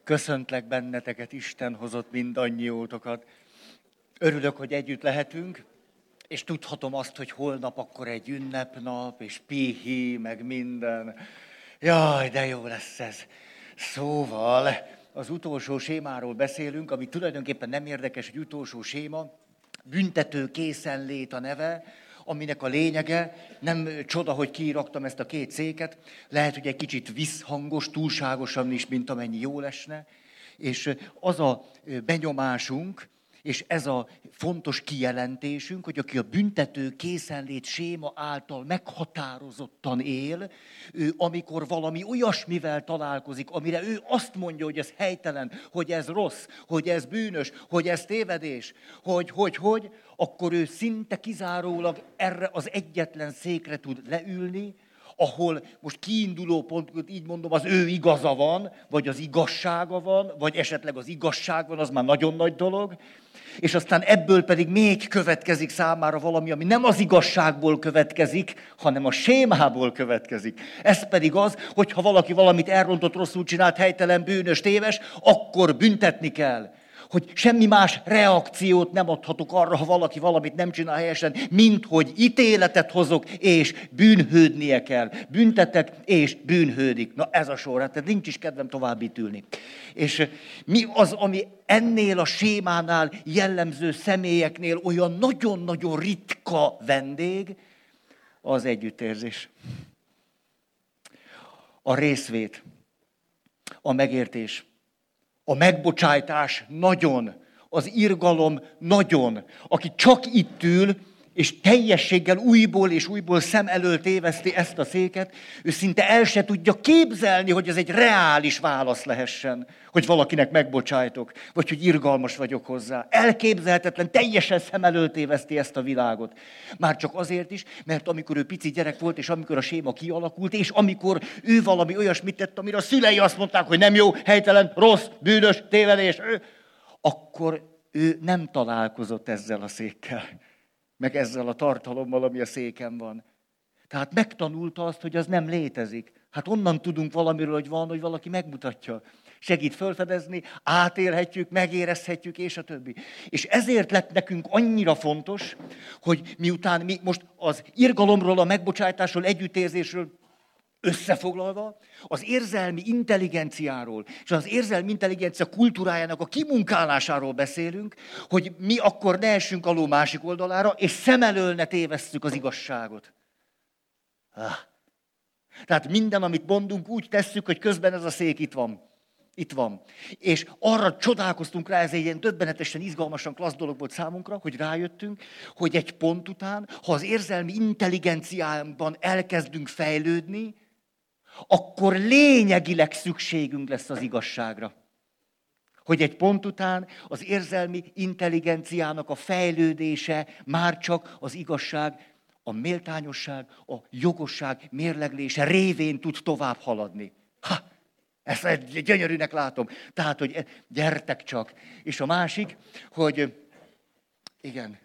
Köszöntlek benneteket, Isten hozott mindannyiótokat. Örülök, hogy együtt lehetünk, és tudhatom azt, hogy holnap akkor egy ünnepnap, és pihi, meg minden. Jaj, de jó lesz ez. Szóval az utolsó sémáról beszélünk, ami tulajdonképpen nem érdekes, hogy utolsó séma, büntető készenlét a neve, aminek a lényege, nem csoda, hogy kiraktam ezt a két széket, lehet, hogy egy kicsit visszhangos, túlságosan is, mint amennyi jól esne, és az a benyomásunk, és ez a fontos kijelentésünk, hogy aki a büntető készenlét séma által meghatározottan él, ő amikor valami olyasmivel találkozik, amire ő azt mondja, hogy ez helytelen, hogy ez rossz, hogy ez bűnös, hogy ez tévedés, hogy, akkor ő szinte kizárólag erre az egyetlen székre tud leülni, ahol most kiinduló pont, így mondom, az ő igaza van, vagy az igazsága van, vagy esetleg az igazság van, az már nagyon nagy dolog, és aztán ebből pedig még következik számára valami, ami nem az igazságból következik, hanem a sémából következik. Ez pedig az, hogy ha valaki valamit elrontott, rosszul csinált, helytelen, bűnös, téves, akkor büntetni kell. Hogy semmi más reakciót nem adhatok arra, ha valaki valamit nem csinál helyesen, mint hogy ítéletet hozok, és bűnhődnie kell. Büntetek, és bűnhődik. Na ez a sor, tehát nincs is kedvem tovább itt ülni. És mi az, ami ennél a sémánál jellemző személyeknél olyan nagyon-nagyon ritka vendég, az együttérzés. A részvét, a megértés. A megbocsájtás nagyon, az irgalom nagyon. Aki csak itt ül, és teljességgel újból és újból szem elől téveszti ezt a széket, ő szinte el se tudja képzelni, hogy ez egy reális válasz lehessen, hogy valakinek megbocsájtok, vagy hogy irgalmas vagyok hozzá. Elképzelhetetlen, teljesen szem elől téveszti ezt a világot. Már csak azért is, mert amikor ő pici gyerek volt, és amikor a séma kialakult, és amikor ő valami olyasmit tett, amire a szülei azt mondták, hogy nem jó, helytelen, rossz, bűnös, tévedés, akkor ő nem találkozott ezzel a székkel, meg ezzel a tartalommal, ami a széken van. Tehát megtanulta azt, hogy az nem létezik. Hát onnan tudunk valamiről, hogy van, hogy valaki megmutatja. Segít felfedezni, átélhetjük, megérezhetjük, és a többi. És ezért lett nekünk annyira fontos, hogy miután mi most az irgalomról, a megbocsájtásról, együttérzésről összefoglalva, az érzelmi intelligenciáról, és az érzelmi intelligencia kultúrájának a kimunkálásáról beszélünk, hogy mi akkor ne essünk a ló másik oldalára, és szem elől ne tévesszük az igazságot. Tehát minden, amit mondunk, úgy tesszük, hogy közben ez a szék itt van. Itt van. És arra csodálkoztunk rá, ez egy ilyen döbbenetesen, izgalmasan klassz dolog volt számunkra, hogy rájöttünk, hogy egy pont után, ha az érzelmi intelligenciában elkezdünk fejlődni, akkor lényegileg szükségünk lesz az igazságra. Hogy egy pont után az érzelmi intelligenciának a fejlődése már csak az igazság, a méltányosság, a jogosság mérleglése révén tud tovább haladni. Ezt gyönyörűnek látom. Tehát, hogy gyertek csak. És a másik, hogy igen.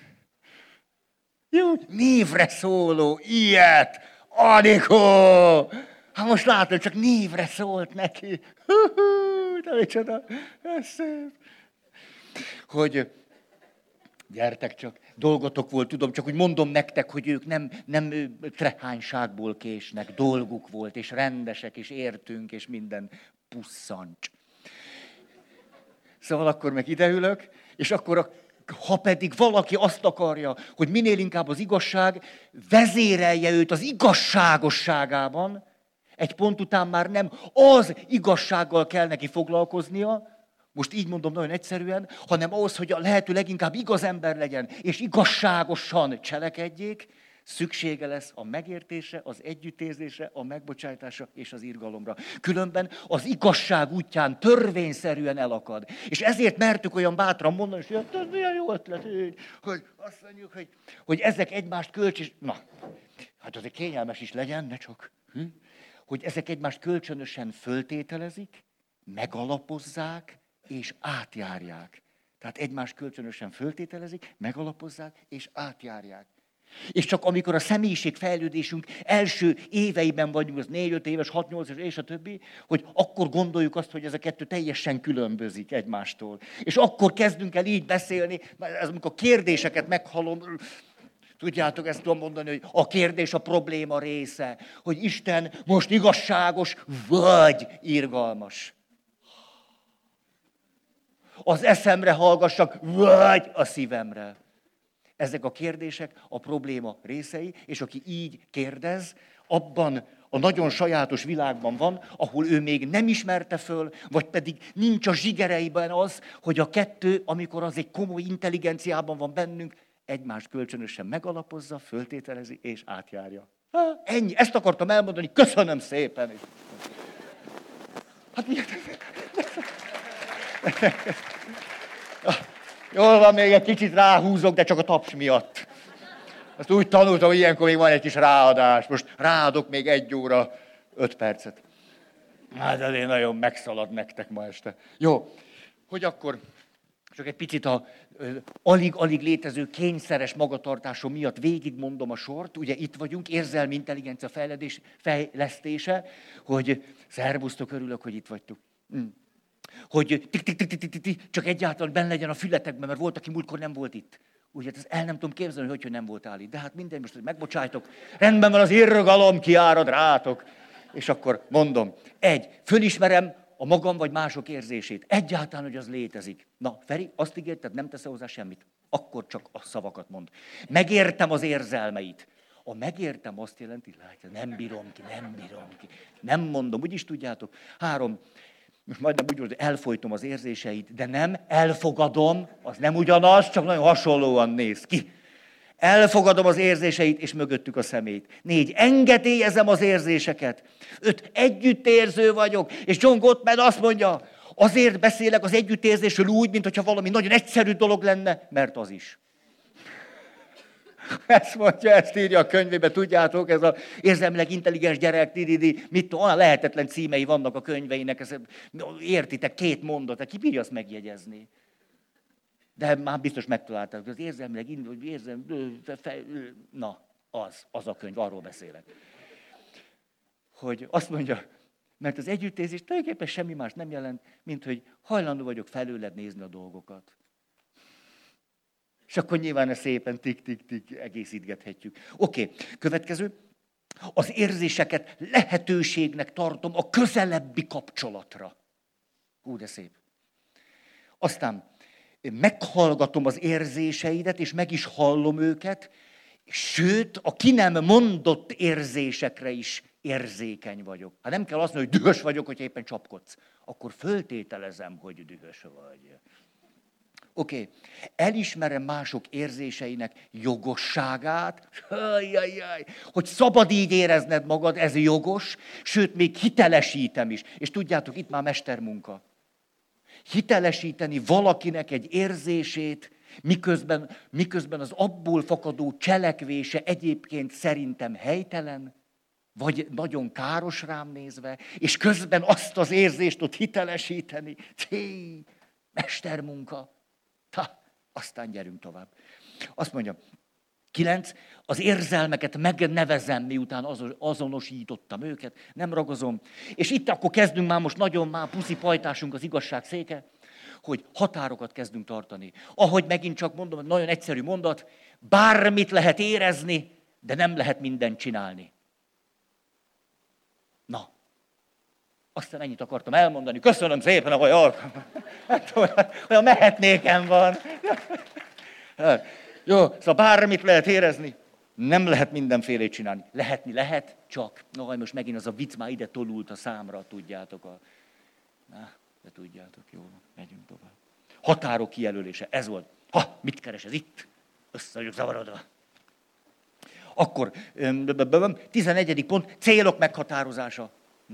Jó, névre szóló, ilyet, Anikó! Hát most látod, csak névre szólt neki. De micsoda, ez szép. Hogy gyertek csak, dolgotok volt, tudom, csak úgy mondom nektek, hogy ők nem trehányságból késnek, dolguk volt, és rendesek, és értünk, és minden pusszancs. Szóval akkor meg ideülök, és akkor ha pedig valaki azt akarja, hogy minél inkább az igazság vezérelje őt az igazságosságában, egy pont után már nem az igazsággal kell neki foglalkoznia, most így mondom nagyon egyszerűen, hanem ahhoz, hogy a lehető leginkább igaz ember legyen, és igazságosan cselekedjék, szüksége lesz a megértésre, az együttérzésre, a megbocsájtásra és az irgalomra. Különben az igazság útján törvényszerűen elakad. És ezért mertük olyan bátran mondani, hogy ez milyen jó ötlet, hogy azt mondjuk, hogy ezek egymást Na, hát azért kényelmes is legyen, ne csak. Hogy ezek egymást kölcsönösen föltételezik, megalapozzák és átjárják. Tehát egymást kölcsönösen föltételezik, megalapozzák és átjárják. És csak amikor a személyiségfejlődésünk első éveiben vagyunk, az 4-5 éves, 6-8 éves, és a többi, hogy akkor gondoljuk azt, hogy ez a kettő teljesen különbözik egymástól. És akkor kezdünk el így beszélni, ez amikor kérdéseket meghallom, tudjátok, ezt tudom mondani, hogy a kérdés a probléma része, hogy Isten most igazságos vagy irgalmas. Az eszemre hallgassak, vagy a szívemre. Ezek a kérdések a probléma részei, és aki így kérdez, abban a nagyon sajátos világban van, ahol ő még nem ismerte föl, vagy pedig nincs a zsigereiben az, hogy a kettő, amikor az egy komoly intelligenciában van bennünk, egymást kölcsönösen megalapozza, föltételezi és átjárja. Ennyi, ezt akartam elmondani, köszönöm szépen. Hát miért? Jól van, még egy kicsit ráhúzok, de csak a taps miatt. Azt úgy tanultam, hogy ilyenkor még van egy kis ráadás. Most ráadok még 1 óra 5 percet. Hát azért nagyon megszalad nektek ma este. Jó, hogy akkor csak egy picit a alig-alig létező kényszeres magatartásom miatt végigmondom a sort. Ugye itt vagyunk, érzelmi intelligencia fejlesztése, hogy szervusztok, örülök, hogy itt vagytok. Hogy csak egyáltalán benne legyen a fületekben, mert volt, aki múltkor nem volt itt. Ugye, ezt el nem tudom képzelni, hogy nem voltál itt. De hát minden, most megbocsájtok. Rendben van, az irgalom kiárad rátok. És akkor mondom. 1. Fölismerem a magam vagy mások érzését. Egyáltalán, hogy az létezik. Na, Feri, azt ígérted, nem teszel hozzá semmit. Akkor csak a szavakat mond. Megértem az érzelmeit. A megértem azt jelenti, látja, nem bírom ki. Nem mondom, úgyis tudjátok. 3. Most majdnem úgy mondom, hogy elfojtom az érzéseit, de nem elfogadom, az nem ugyanaz, csak nagyon hasonlóan néz ki. Elfogadom az érzéseit, és mögöttük a szemét. 4. Engedélyezem az érzéseket. 5. Együttérző vagyok, és John Gottman azt mondja, azért beszélek az együttérzésről úgy, mintha valami nagyon egyszerű dolog lenne, mert az is. Ezt mondja, ezt írja a könyvébe, tudjátok, ez az érzelmileg intelligens gyerek, mit tudom, olyan lehetetlen címei vannak a könyveinek, ezt, értitek, 2 mondat, ki bírja azt megjegyezni? De már biztos megtalálták, az érzelmileg, na, az a könyv, arról beszélek. Hogy azt mondja, mert az együttérzés tulajdonképpen semmi más nem jelent, mint hogy hajlandó vagyok felőled nézni a dolgokat. És akkor nyilván ezt szépen tik-tik-tik egészítgethetjük. Oké, következő. Az érzéseket lehetőségnek tartom a közelebbi kapcsolatra. Hú, de szép. Aztán meghallgatom az érzéseidet, és meg is hallom őket, sőt, a ki nem mondott érzésekre is érzékeny vagyok. Hát nem kell azt mondani, hogy dühös vagyok, hogyha éppen csapkodsz. Akkor föltételezem, hogy dühös vagy. Oké, elismerem mások érzéseinek jogosságát, hogy szabad így érezned magad, ez jogos, sőt, még hitelesítem is. És tudjátok, itt már mestermunka. Hitelesíteni valakinek egy érzését, miközben az abból fakadó cselekvése egyébként szerintem helytelen, vagy nagyon káros rám nézve, és közben azt az érzést tud hitelesíteni. Mestermunka. Aztán gyerünk tovább. Azt mondja, 9. Az érzelmeket megnevezem, miután azonosítottam őket, nem ragozom. És itt akkor kezdünk már puszi pajtásunk az igazság széke, hogy határokat kezdünk tartani. Ahogy megint csak mondom, nagyon egyszerű mondat, bármit lehet érezni, de nem lehet mindent csinálni. Na, aztán ennyit akartam elmondani. Köszönöm szépen, ahogy olyan mehetnékem van. Jó, szóval bármit lehet érezni, nem lehet mindenfélét csinálni. Lehetni lehet, csak. Most megint az a vicc már ide tolult a számra, tudjátok. De tudjátok, jó, megyünk tovább. Határok kijelölése, ez volt. Mit keres ez itt? Össze vagyok zavarodva. Akkor 11. pont, célok meghatározása.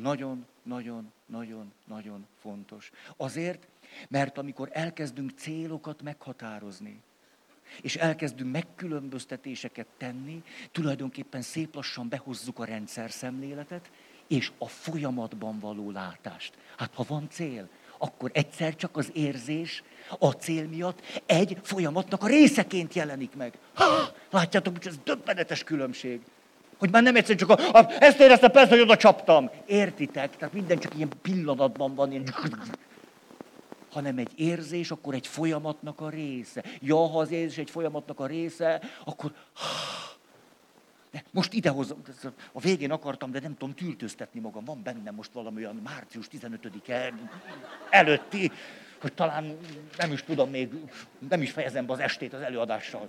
Nagyon fontos. Azért, mert amikor elkezdünk célokat meghatározni, és elkezdünk megkülönböztetéseket tenni, tulajdonképpen szép lassan behozzuk a rendszerszemléletet, és a folyamatban való látást. Hát ha van cél, akkor egyszer csak az érzés a cél miatt egy folyamatnak a részeként jelenik meg. Látjátok, ez döbbenetes különbség. Hogy már nem egyszerűen csak ezt éreztem, persze, hogy oda csaptam. Értitek? Tehát minden csak ilyen pillanatban van, ilyen... hanem egy érzés, akkor egy folyamatnak a része. Ja, ha az érzés egy folyamatnak a része, akkor... De most idehozom, a végén akartam, de nem tudom tűrtőztetni magam. Van bennem most valami olyan március 15-e előtti, hogy talán nem is tudom még, nem is fejezem be az estét az előadással,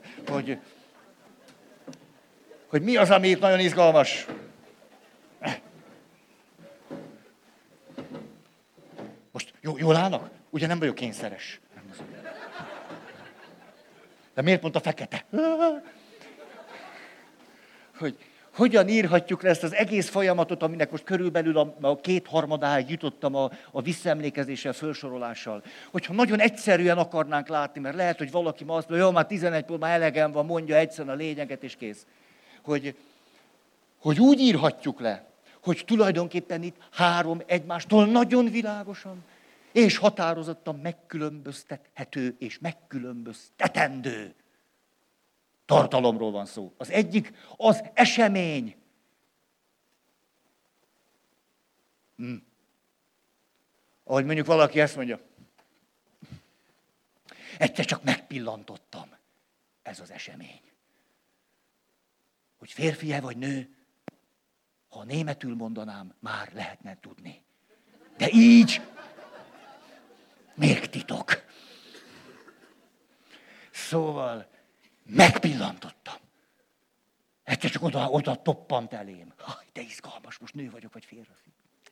hogy mi az, ami itt nagyon izgalmas. Most jól állnak? Ugye nem vagyok kényszeres. De miért pont a fekete? Hogy hogyan írhatjuk le ezt az egész folyamatot, aminek most körülbelül a kétharmadáig jutottam a visszaemlékezéssel, felsorolással. Hogyha nagyon egyszerűen akarnánk látni, mert lehet, hogy valaki ma azt mondja, jó, már 11-kor már elegem van, mondja egyszerűen a lényeget, és kész. Hogy úgy írhatjuk le, hogy tulajdonképpen itt három egymástól nagyon világosan és határozottan megkülönböztethető és megkülönböztetendő tartalomról van szó. Az egyik az esemény. Ahogy mondjuk valaki ezt mondja, egyszer csak megpillantottam. Ez az esemény. Hogy férfi-e vagy nő, ha németül mondanám, már lehetne tudni. De így még titok. Szóval megpillantottam. Egyszer csak oda toppant elém. De izgalmas, most nő vagyok, vagy férfi.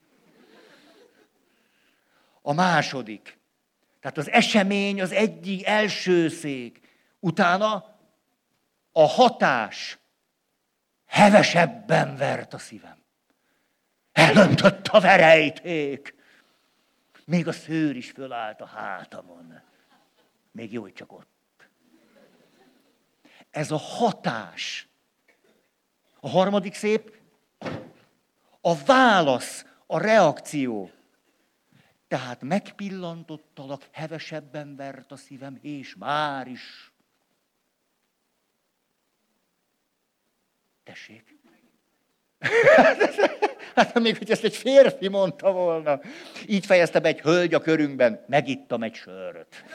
A második. Tehát az esemény az egyik első szék. Utána a hatás hevesebben vert a szívem. Elöntött a verejték. Még a szőr is fölállt a hátamon. Még jó, hogy csak ott. Ez a hatás. A harmadik szép, a válasz, a reakció. Tehát megpillantottalak, hevesebben vert a szívem, és már is. Tessék. Hát még, hogy ezt egy férfi mondta volna. Így fejezte be egy hölgy a körünkben, megittam egy sört.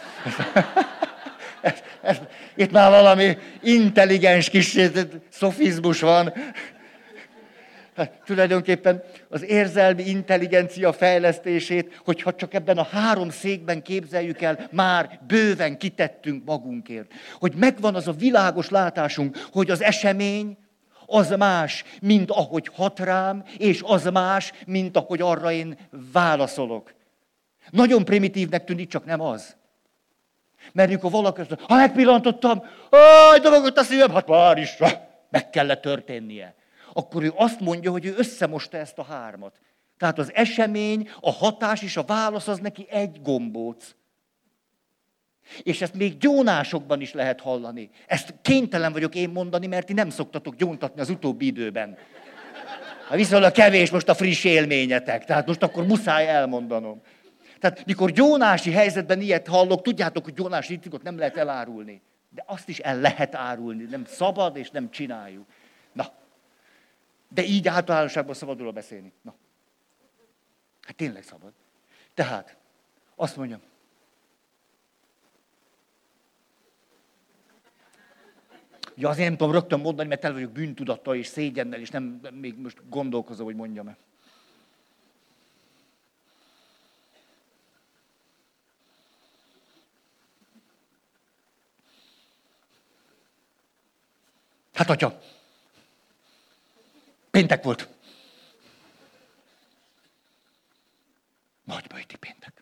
Itt már valami intelligens kis szofizmus van. Hát, tulajdonképpen az érzelmi intelligencia fejlesztését, hogyha csak ebben a három székben képzeljük el, már bőven kitettünk magunkért. Hogy megvan az a világos látásunk, hogy az esemény az más, mint ahogy hat rám, és az más, mint ahogy arra én válaszolok. Nagyon primitívnek tűnik, csak nem az. Mert amikor valaki azt mondja, ha megpillantottam, dobogott a szívem, hát már is meg kellett történnie. Akkor ő azt mondja, hogy ő összemosta ezt a hármat. Tehát az esemény, a hatás és a válasz az neki egy gombóc. És ezt még gyónásokban is lehet hallani. Ezt kénytelen vagyok én mondani, mert ti nem szoktatok gyóntatni az utóbbi időben. Viszonylag kevés most a friss élményetek, tehát most akkor muszáj elmondanom. Tehát mikor gyónási helyzetben ilyet hallok, tudjátok, hogy gyónási titkot nem lehet elárulni. De azt is el lehet árulni, nem szabad és nem csináljuk. Na, de így általánosságban szabadul beszélni. Na, hát tényleg szabad. Tehát, azt mondjam, ja, azért nem tudom rögtön mondani, mert el vagyok bűntudattal és szégyennel, és nem még most gondolkozom, hogy mondjam-e. Hát, atya, péntek volt. Nagyböjti péntek.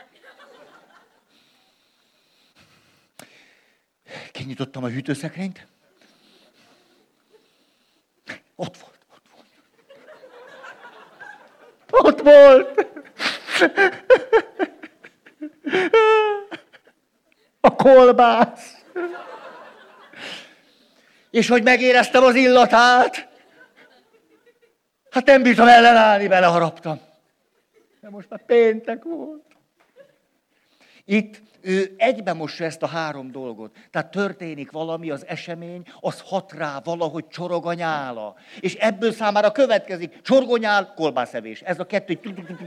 Kinyitottam a hűtőszekrényt. Ott volt. Ott volt. A kolbász. És hogy megéreztem az illatát, hát nem bírtam ellenállni, beleharaptam. De most már péntek volt. Itt ő egybe mossa ezt a három dolgot. Tehát történik valami, az esemény, az hat rá, valahogy csorog a nyála. És ebből számára következik csorgonyál, kolbászevés. Ez a kettő.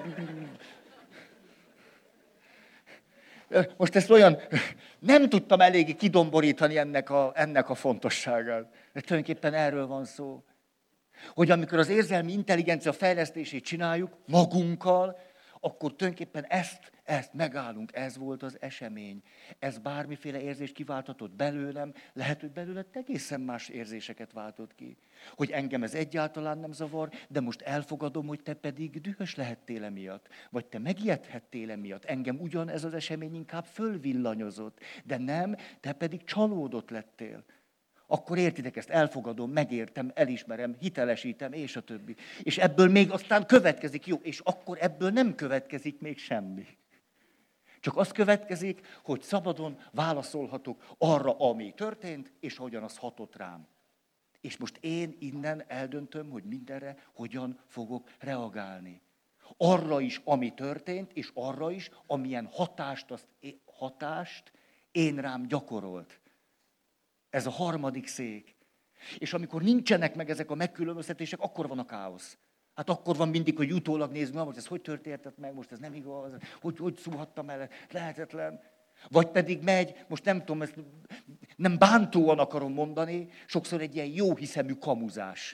Most ezt olyan, nem tudtam eléggé kidomborítani ennek a fontosságát. De tulajdonképpen erről van szó. Hogy amikor az érzelmi intelligencia fejlesztését csináljuk magunkkal, akkor tulajdonképpen ezt megállunk. Ez volt az esemény. Ez bármiféle érzést kiváltatott belőlem, lehet, hogy belőle egészen más érzéseket váltott ki. Hogy engem ez egyáltalán nem zavar, de most elfogadom, hogy te pedig dühös lehettél emiatt. Vagy te megijedhettél emiatt. Engem ugyan ez az esemény inkább fölvillanyozott. De nem, te pedig csalódott lettél. Akkor értitek ezt, elfogadom, megértem, elismerem, hitelesítem, és a többi. És ebből még aztán következik, jó, és akkor ebből nem következik még semmi. Csak az következik, hogy szabadon válaszolhatok arra, ami történt, és hogyan az hatott rám. És most én innen eldöntöm, hogy mindenre hogyan fogok reagálni. Arra is, ami történt, és arra is, amilyen hatást én rám gyakorolt. Ez a harmadik szék. És amikor nincsenek meg ezek a megkülönböztetések, akkor van a káosz. Hát akkor van mindig, hogy utólag nézd, most ez hogy történt meg, most ez nem igaz, hogy szúhattam el, lehetetlen. Vagy pedig megy, most nem tudom, ezt nem bántóan akarom mondani, sokszor egy ilyen jóhiszemű kamuzás.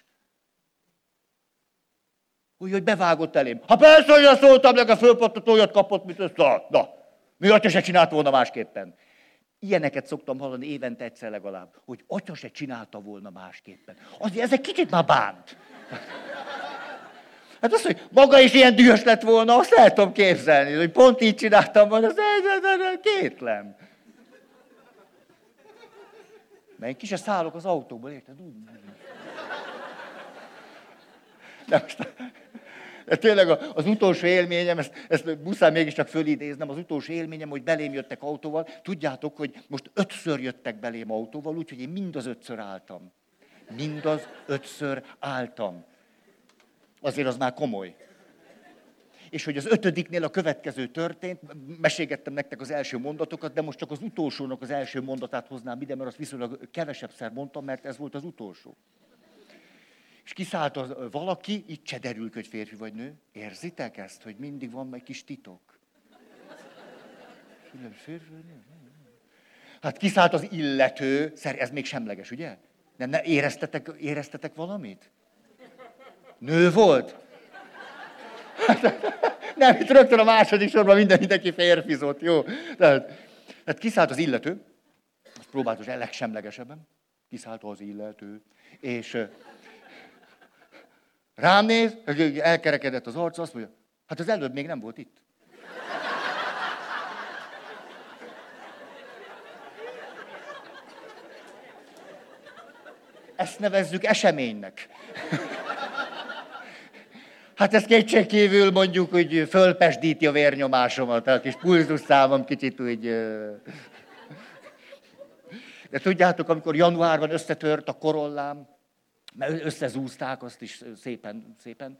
Úgy, hogy bevágott elém. Ha persze, hogy azt szóltam, a fölpattat olyat kapott, mint ezt. Na, mi atya se csinált volna másképpen. Ilyeneket szoktam hallani évente egyszer legalább, hogy atya se csinálta volna másképpen. Azért ezek kicsit már bánt. Hát az, hogy maga is ilyen dühös lett volna, azt el tudom képzelni, hogy pont így csináltam volna, az kétlem. Mert én ki se szállok az autóból, érted? De most... De tényleg az utolsó élményem, ezt muszáj mégiscsak fölidéznem, az utolsó élményem, hogy belém jöttek autóval. Tudjátok, hogy most 5-ször jöttek belém autóval, úgyhogy én mind az 5-ször álltam. Mind az 5-ször álltam. Azért az már komoly. És hogy az 5. a következő történt, mesélgettem nektek az első mondatokat, de most csak az utolsónak az első mondatát hoznám ide, mert azt viszonylag kevesebbszer mondtam, mert ez volt az utolsó. És kiszállt valaki, itt se derül, hogy férfi vagy nő. Érzitek ezt, hogy mindig van egy kis titok? Hát kiszállt az illető, ez még semleges, ugye? Nem éreztetek valamit? Nő volt? Nem, itt rögtön a második sorban mindenki férfizott, jó? Tehát kiszállt az illető, azt próbáltam legsemlegesebben, kiszállt az illető, és... Rám néz, elkerekedett az arca, azt mondja, hát az előbb még nem volt itt. Ezt nevezzük eseménynek. Hát ez kétségkívül mondjuk, hogy fölpesdíti a vérnyomásomat, a kis pulzusszámom kicsit úgy... De tudjátok, amikor januárban összetört a korollám, mert összezúzták azt is szépen.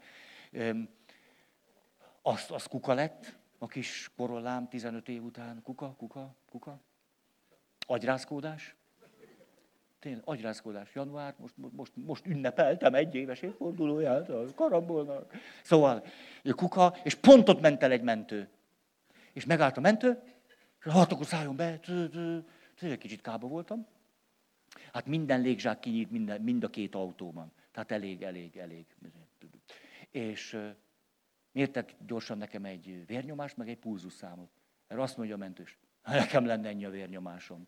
Az kuka lett, a kis korollám 15 év után. Kuka. Agyrázkódás. Tényleg, agyrázkódás. Január, most ünnepeltem 1 éves évfordulóját a karambolnak. Szóval, kuka, és pont ott ment el egy mentő. És megállt a mentő, és hát akkor szálljon be. Egy kicsit kába voltam. Hát minden légzsák kinyílt mind a 2 autóban. Tehát elég. És mértek gyorsan nekem egy vérnyomást, meg egy pulzusszámot. Erre azt mondja a mentős, nekem lenne ennyi a vérnyomásom.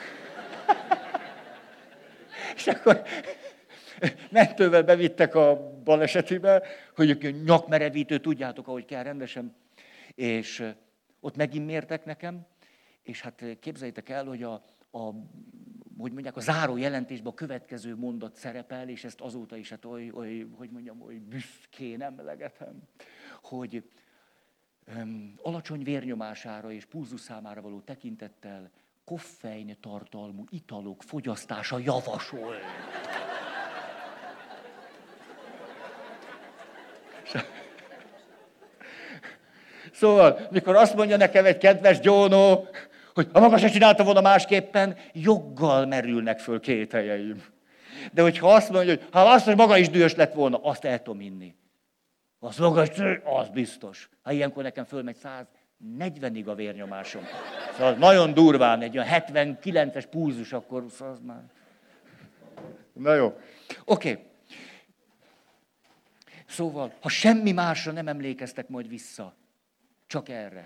És akkor mentővel bevittek a balesetibe, hogy nyakmerevítő, tudjátok, ahogy kell rendesen. És ott megint mértek nekem, és hát képzeljétek el, hogy hogy mondják, a záró jelentésben a következő mondat szerepel, és ezt azóta is, hát oly büszkén emlegetem, hogy alacsony vérnyomására és pulzusszámára való tekintettel koffein tartalmú italok fogyasztása javasol. Szóval, mikor azt mondja nekem egy kedves gyónó, hogy ha maga se csinálta volna másképpen, joggal merülnek föl kételjeim. De hogyha azt mondja, hogy ha azt, hogy maga is dühös lett volna, azt el tudom inni. Az maga is, az biztos. Ha ilyenkor nekem fölmegy 140-ig a vérnyomásom. Szóval nagyon durván, egy olyan 79-es pulzus, akkor az már... Na jó. Oké. Szóval, ha semmi másra nem emlékeztek majd vissza, csak erre.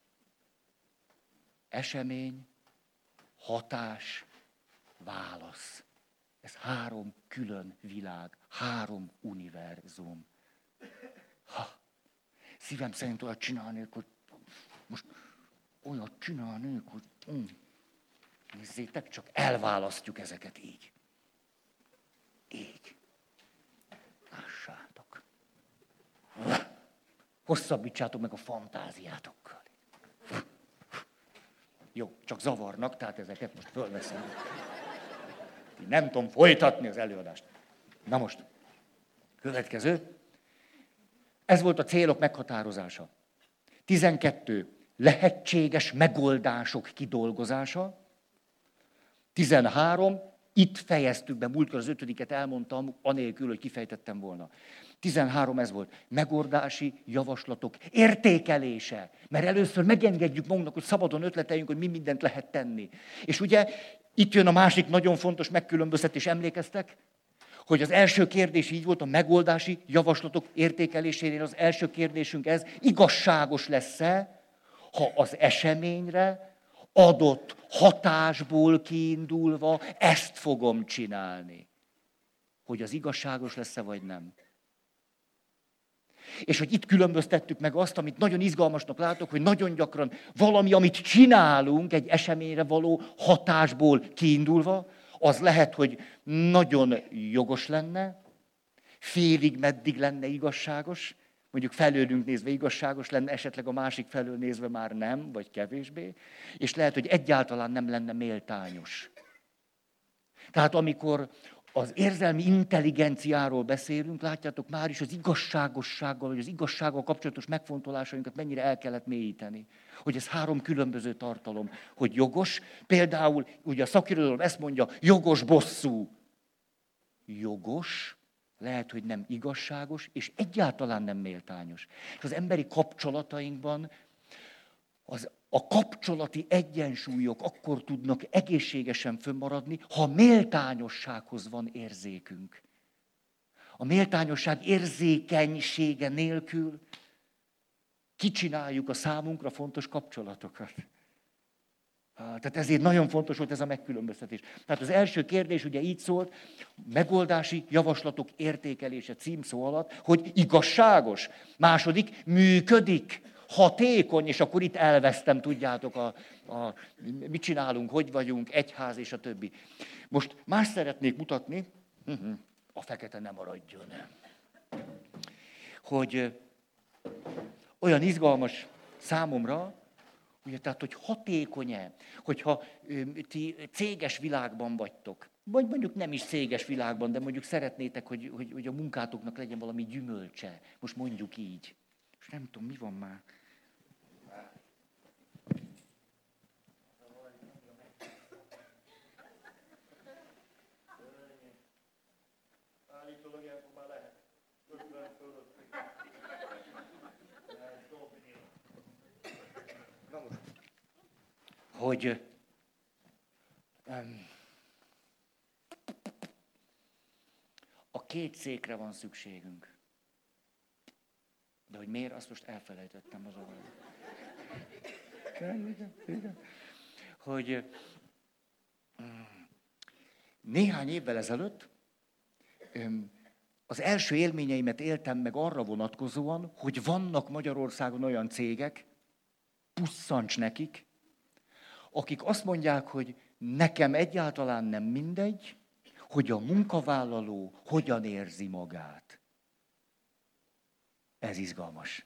Esemény, hatás, válasz. Ez 3 külön világ, 3 univerzum. Szívem szerint olyat csinálnék, hogy most olyat csinálnék, hogy nézzétek, csak elválasztjuk ezeket így. Így. Lássátok. Hosszabbítsátok meg a fantáziátokkal. Jó, csak zavarnak, tehát ezeket most fölveszem. Nem tudom folytatni az előadást. Na most, következő. Ez volt a célok meghatározása. 12. Lehetséges megoldások kidolgozása. 13. Itt fejeztük be, múltkor az 5-et elmondtam, anélkül, hogy kifejtettem volna. 13 ez volt. Megoldási javaslatok értékelése. Mert először megengedjük magunknak, hogy szabadon ötleteljünk, hogy mi mindent lehet tenni. És ugye itt jön a másik nagyon fontos megkülönböztetés, emlékeztek? Hogy az első kérdés így volt, a megoldási javaslatok értékelésénél az első kérdésünk ez, igazságos lesz-e, ha az eseményre adott hatásból kiindulva ezt fogom csinálni. Hogy az igazságos lesz-e, vagy nem. És hogy itt különböztettük meg azt, amit nagyon izgalmasnak látok, hogy nagyon gyakran valami, amit csinálunk egy eseményre való hatásból kiindulva, az lehet, hogy nagyon jogos lenne, félig meddig lenne igazságos, mondjuk felőlünk nézve igazságos lenne, esetleg a másik felől nézve már nem, vagy kevésbé, és lehet, hogy egyáltalán nem lenne méltányos. Tehát amikor az érzelmi intelligenciáról beszélünk, látjátok, már is az igazságossággal, vagy az igazsággal kapcsolatos megfontolásainkat mennyire el kellett mélyíteni. Hogy ez 3 különböző tartalom. Hogy jogos, például ugye a szakirodalom ezt mondja, jogos bosszú. Jogos, lehet, hogy nem igazságos, és egyáltalán nem méltányos. És az emberi kapcsolatainkban a kapcsolati egyensúlyok akkor tudnak egészségesen fönnmaradni, ha méltányossághoz van érzékünk. A méltányosság érzékenysége nélkül kicsináljuk a számunkra fontos kapcsolatokat. Tehát ezért nagyon fontos volt ez a megkülönböztetés. Tehát az első kérdés ugye így szólt, megoldási javaslatok értékelése címszó alatt, hogy igazságos. Második, működik. Hatékony, és akkor itt elvesztem, tudjátok, mit csinálunk, hogy vagyunk, egyház és a többi. Most más szeretnék mutatni, a fekete nem maradjon. Hogy olyan izgalmas számomra, ugye, tehát, hogy hatékony-e, hogyha ti céges világban vagytok, vagy mondjuk nem is céges világban, de mondjuk szeretnétek, hogy a munkátoknak legyen valami gyümölcse. Most mondjuk így. És nem tudom, mi van már. Állítólag ilyenkor már lehet. 50 fölött. Na most. Hogy a 2 székre van szükségünk. De hogy miért, azt most elfelejtettem az oldalon. Hogy néhány évvel ezelőtt az első élményeimet éltem meg arra vonatkozóan, hogy vannak Magyarországon olyan cégek, pusszancs nekik, akik azt mondják, hogy nekem egyáltalán nem mindegy, hogy a munkavállaló hogyan érzi magát. Ez izgalmas.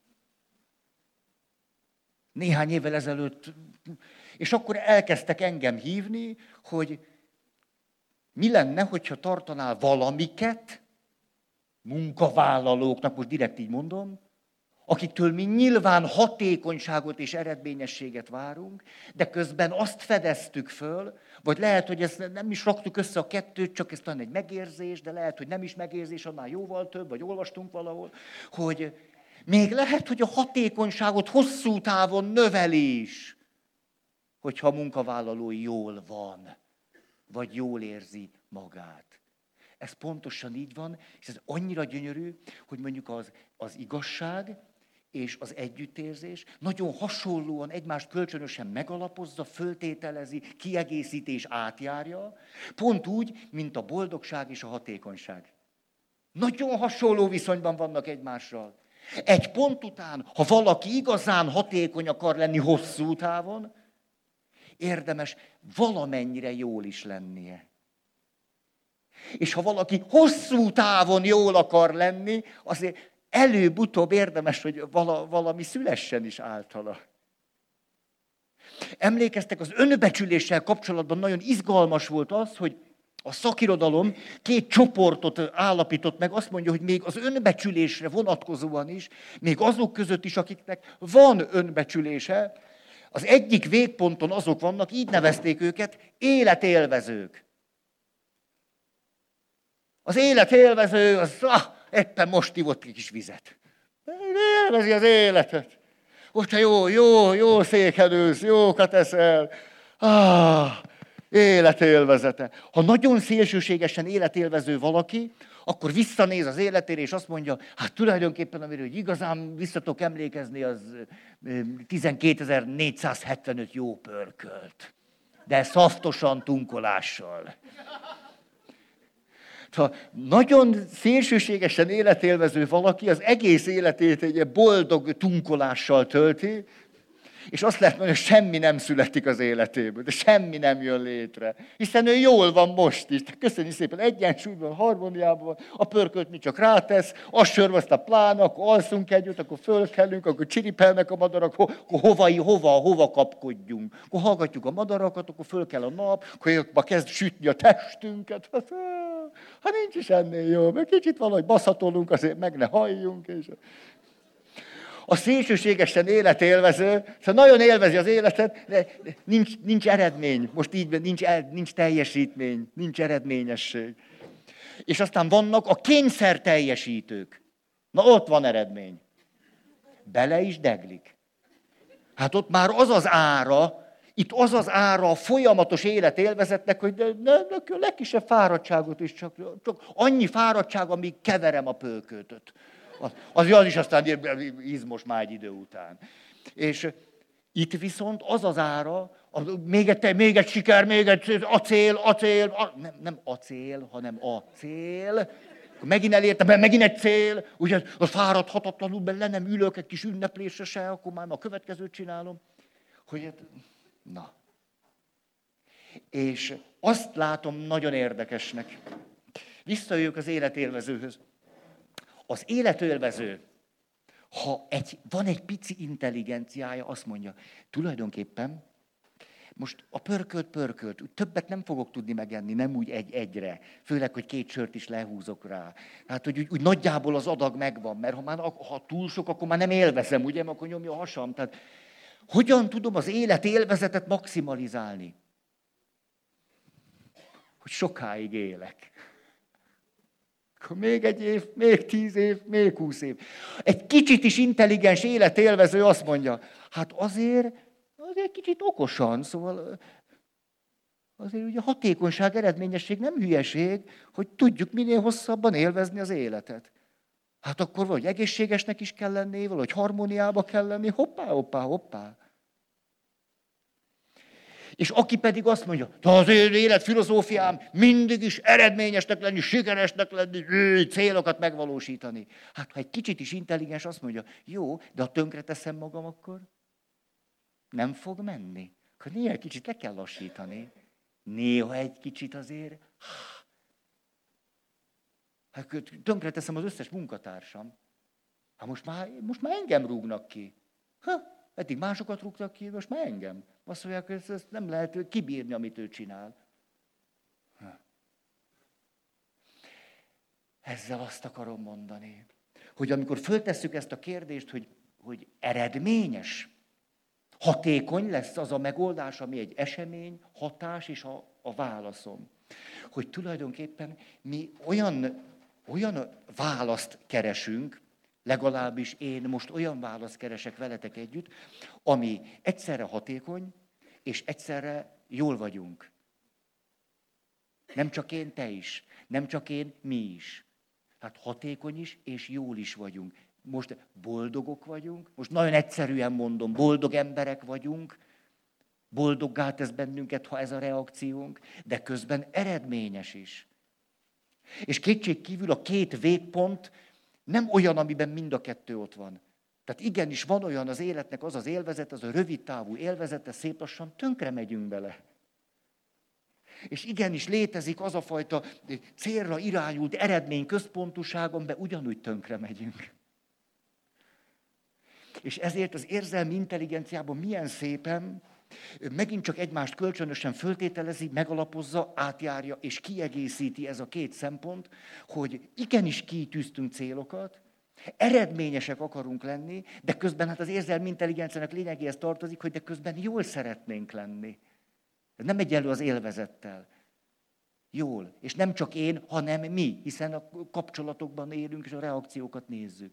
Néhány évvel ezelőtt, és akkor elkezdtek engem hívni, hogy mi lenne, hogyha tartanál valamiket munkavállalóknak, most direkt így mondom, akiktől mi nyilván hatékonyságot és eredményességet várunk, de közben azt fedeztük föl, vagy lehet, hogy ezt nem is raktuk össze a kettőt, csak ez talán egy megérzés, de lehet, hogy nem is megérzés, annál jóval több, vagy olvastunk valahol, hogy még lehet, hogy a hatékonyságot hosszú távon növeli is, hogyha a munkavállaló jól van, vagy jól érzi magát. Ez pontosan így van, és ez annyira gyönyörű, hogy mondjuk az igazság és az együttérzés nagyon hasonlóan egymást kölcsönösen megalapozza, föltételezi, kiegészíti és átjárja, pont úgy, mint a boldogság és a hatékonyság. Nagyon hasonló viszonyban vannak egymással. Egy pont után, ha valaki igazán hatékony akar lenni hosszú távon, érdemes valamennyire jól is lennie. És ha valaki hosszú távon jól akar lenni, azért előbb-utóbb érdemes, hogy valami szülessen is általa. Emlékeztek, az önbecsüléssel kapcsolatban nagyon izgalmas volt az, hogy a szakirodalom 2 csoportot állapított meg, azt mondja, hogy még az önbecsülésre vonatkozóan is, még azok között is, akiknek van önbecsülése, az egyik végponton azok vannak, így nevezték őket, életélvezők. Az életélvező, az éppen most ivott egy kis vizet. Élvezi az életet. Hogyha jó székelősz, jókat eszel. Életélvezete. Ha nagyon szélsőségesen életélvező valaki, akkor visszanéz az életére, és azt mondja, hát tulajdonképpen, amiről igazán visszatok emlékezni, az 12.475 jó pörkölt. De szaftosan, tunkolással. Ha nagyon szélsőségesen életélvező valaki, az egész életét egy boldog tunkolással tölti, és azt lehet mondani, hogy semmi nem születik az életéből, de semmi nem jön létre. Hiszen ő jól van most is. Köszönjük szépen, egyensúlyban, harmóniában, a pörkölt mi csak rátesz, az sörvaszt a pláne, akkor alszunk együtt, akkor fölkelünk, akkor csiripelnek a madarak, akkor hova kapkodjunk. Akkor hallgatjuk a madarakat, akkor föl kell a nap, akkor kezd sütni a testünket. Hát nincs is ennél jó, mert kicsit valahogy baszatolunk, azért meg ne halljunk. És... A szélsőségesen életélvező, szóval nagyon élvezi az életet, de nincs eredmény. Most így nincs teljesítmény, nincs eredményesség. És aztán vannak a kényszer teljesítők. Na ott van eredmény. Bele is deglik. Hát ott már az az ára, itt az az ára a folyamatos életélvezetnek, hogy legkisebb fáradtságot is csak annyi fáradtság, amíg keverem a pölkötöt. Az is aztán izmos már egy idő után. És itt viszont az az ára, még egy siker, még egy acél, nem acél, hanem acél. Megint elértem, megint egy cél, ugye a fáradhatatlanul, le nem ülök egy kis ünneplésre se, akkor már a következőt csinálom. Hogy na. És azt látom nagyon érdekesnek. Visszajöjjük az életélvezőhöz. Az életélvező, ha van egy pici intelligenciája, azt mondja, tulajdonképpen most a pörkölt, többet nem fogok tudni megenni, nem úgy egyre. Főleg, hogy 2 sört is lehúzok rá. Hát, hogy úgy nagyjából az adag megvan, mert ha túl sok, akkor már nem élvezem, ugye, akkor nyomja a hasam. Tehát hogyan tudom az életélvezetet maximalizálni? Hogy sokáig élek. Akkor még 1 év, még 10 év, még 20 év. Egy kicsit is intelligens életélvező azt mondja, hát azért kicsit okosan, szóval azért ugye hatékonyság, eredményesség nem hülyeség, hogy tudjuk minél hosszabban élvezni az életet. Hát akkor vagy egészségesnek is kell lenni, vagy harmóniába kell lenni, hoppá. És aki pedig azt mondja, az élet filozófiám mindig is eredményesnek lenni, sikeresnek lenni, célokat megvalósítani. Hát ha egy kicsit is intelligens, azt mondja, jó, de ha tönkreteszem magam, akkor nem fog menni. Akkor néha egy kicsit le kell lassítani. Néha egy kicsit azért. Hát tönkreteszem az összes munkatársam. Hát most már engem rúgnak ki. Eddig másokat rúgtak ki, most már engem. Azt mondják, hogy ezt nem lehet kibírni, amit ő csinál. Ezzel azt akarom mondani, hogy amikor föltesszük ezt a kérdést, hogy eredményes, hatékony lesz az a megoldás, ami egy esemény, hatás és a válaszom. Hogy tulajdonképpen mi olyan választ keresünk, legalábbis én most olyan választ keresek veletek együtt, ami egyszerre hatékony, és egyszerre jól vagyunk. Nem csak én, te is. Nem csak én, mi is. Hát hatékony is, és jól is vagyunk. Most boldogok vagyunk, most nagyon egyszerűen mondom, boldog emberek vagyunk, boldoggá tesz bennünket, ha ez a reakciónk, de közben eredményes is. És kétség kívül a két végpont nem olyan, amiben mind a kettő ott van. Tehát igenis van olyan az életnek az az élvezet, az a rövid távú élvezete, szép lassan tönkre megyünk bele. És igenis létezik az a fajta célra irányult eredmény központúság, amiben ugyanúgy tönkre megyünk. És ezért az érzelmi intelligenciában milyen szépen megint csak egymást kölcsönösen föltételezi, megalapozza, átjárja és kiegészíti ez a két szempont, hogy igenis kitűztünk célokat, eredményesek akarunk lenni, de közben hát az érzelmi intelligenciának lényegéhez tartozik, hogy de közben jól szeretnénk lenni. Ez nem egyenlő az élvezettel. Jól. És nem csak én, hanem mi, hiszen a kapcsolatokban élünk és a reakciókat nézzük.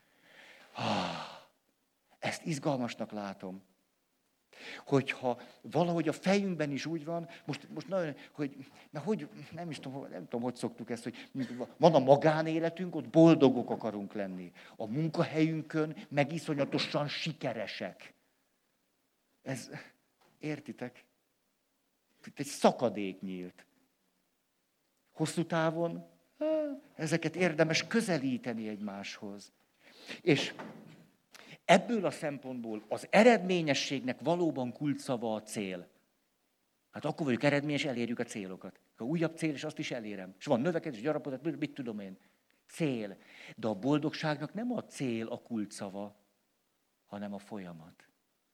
Ezt izgalmasnak látom. Hogyha valahogy a fejünkben is úgy van, most nagyon, hogy nem tudom, hogy szoktuk ezt, hogy van a magánéletünk, ott boldogok akarunk lenni. A munkahelyünkön meg iszonyatosan sikeresek. Ez, értitek? Itt egy szakadék nyílt. Hosszú távon ezeket érdemes közelíteni egymáshoz. És ebből a szempontból az eredményességnek valóban kulcsszava a cél. Hát akkor vagyok eredményes, elérjük a célokat. Ha újabb cél, és azt is elérem. És van növekedés, gyarapodás, mit tudom én. Cél. De a boldogságnak nem a cél a kulcsszava, hanem a folyamat.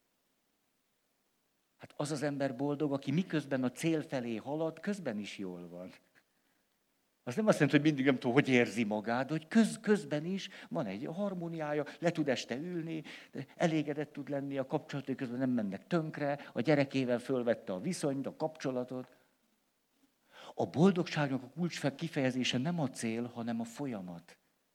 Hát az az ember boldog, aki miközben a cél felé halad, közben is jól van. Az nem azt jelenti, hogy mindig nem tudom, hogy érzi magát, de hogy közben is van egy harmóniája, le tud este ülni, elégedett tud lenni, a kapcsolatok közben nem mennek tönkre, a gyerekével fölvette a viszonyt, a kapcsolatot. A boldogságnak a kulcs kifejezése nem a cél, hanem a folyamat.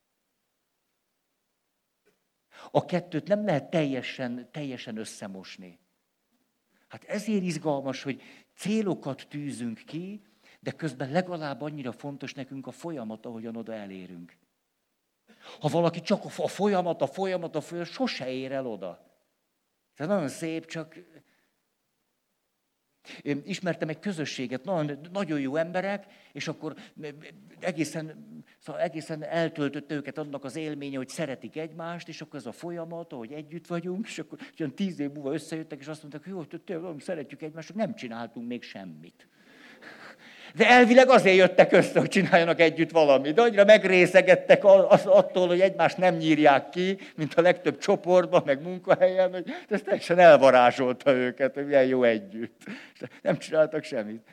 A kettőt nem lehet teljesen összemosni. Hát ezért izgalmas, hogy célokat tűzünk ki, de közben legalább annyira fontos nekünk a folyamat, ahogyan oda elérünk. Ha valaki csak a folyamat, sose ér el oda. Ez nagyon szép, csak én ismertem egy közösséget, nagyon jó emberek, és akkor egészen eltöltötte őket annak az élménye, hogy szeretik egymást, és akkor ez a folyamat, ahogy együtt vagyunk, és akkor 10 év múlva összejöttek, és azt mondták, hogy jó, tényleg szeretjük egymást, csak nem csináltunk még semmit. De elvileg azért jöttek össze, hogy csináljanak együtt valamit. De annyira megrészegettek attól, hogy egymást nem nyírják ki, mint a legtöbb csoportban, meg munkahelyen, hogy ez teljesen elvarázsolta őket, hogy milyen jó együtt. Nem csináltak semmit.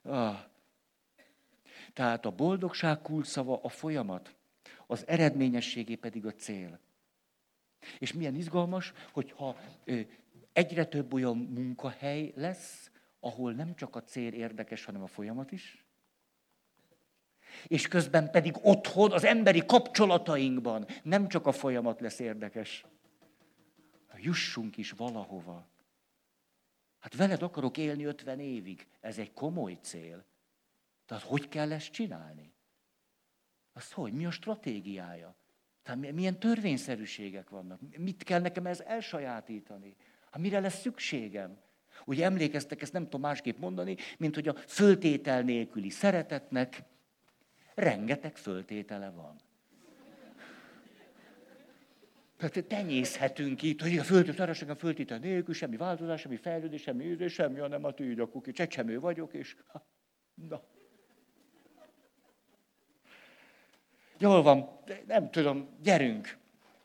Tehát a boldogság kulcsszava a folyamat, az eredményességé pedig a cél. És milyen izgalmas, hogyha egyre több olyan munkahely lesz, ahol nem csak a cél érdekes, hanem a folyamat is. És közben pedig otthon, az emberi kapcsolatainkban nem csak a folyamat lesz érdekes. Jussunk is valahova. Hát veled akarok élni 50 évig. Ez egy komoly cél. Tehát hogy kell ezt csinálni? Az hogy? Mi a stratégiája? Tehát milyen törvényszerűségek vannak? Mit kell nekem ez elsajátítani? Hát mire lesz szükségem? Ugye emlékeztek, ezt nem tudom másképp mondani, mint hogy a föltétel nélküli szeretetnek rengeteg föltétele van. Tehát tenyészhetünk itt, hogy a föltétel nélkül, semmi változás, semmi fejlődés, semmi ízés, semmi, hanem hát így akkor csecsemő vagyok, és na. Jól van, nem tudom, gyerünk.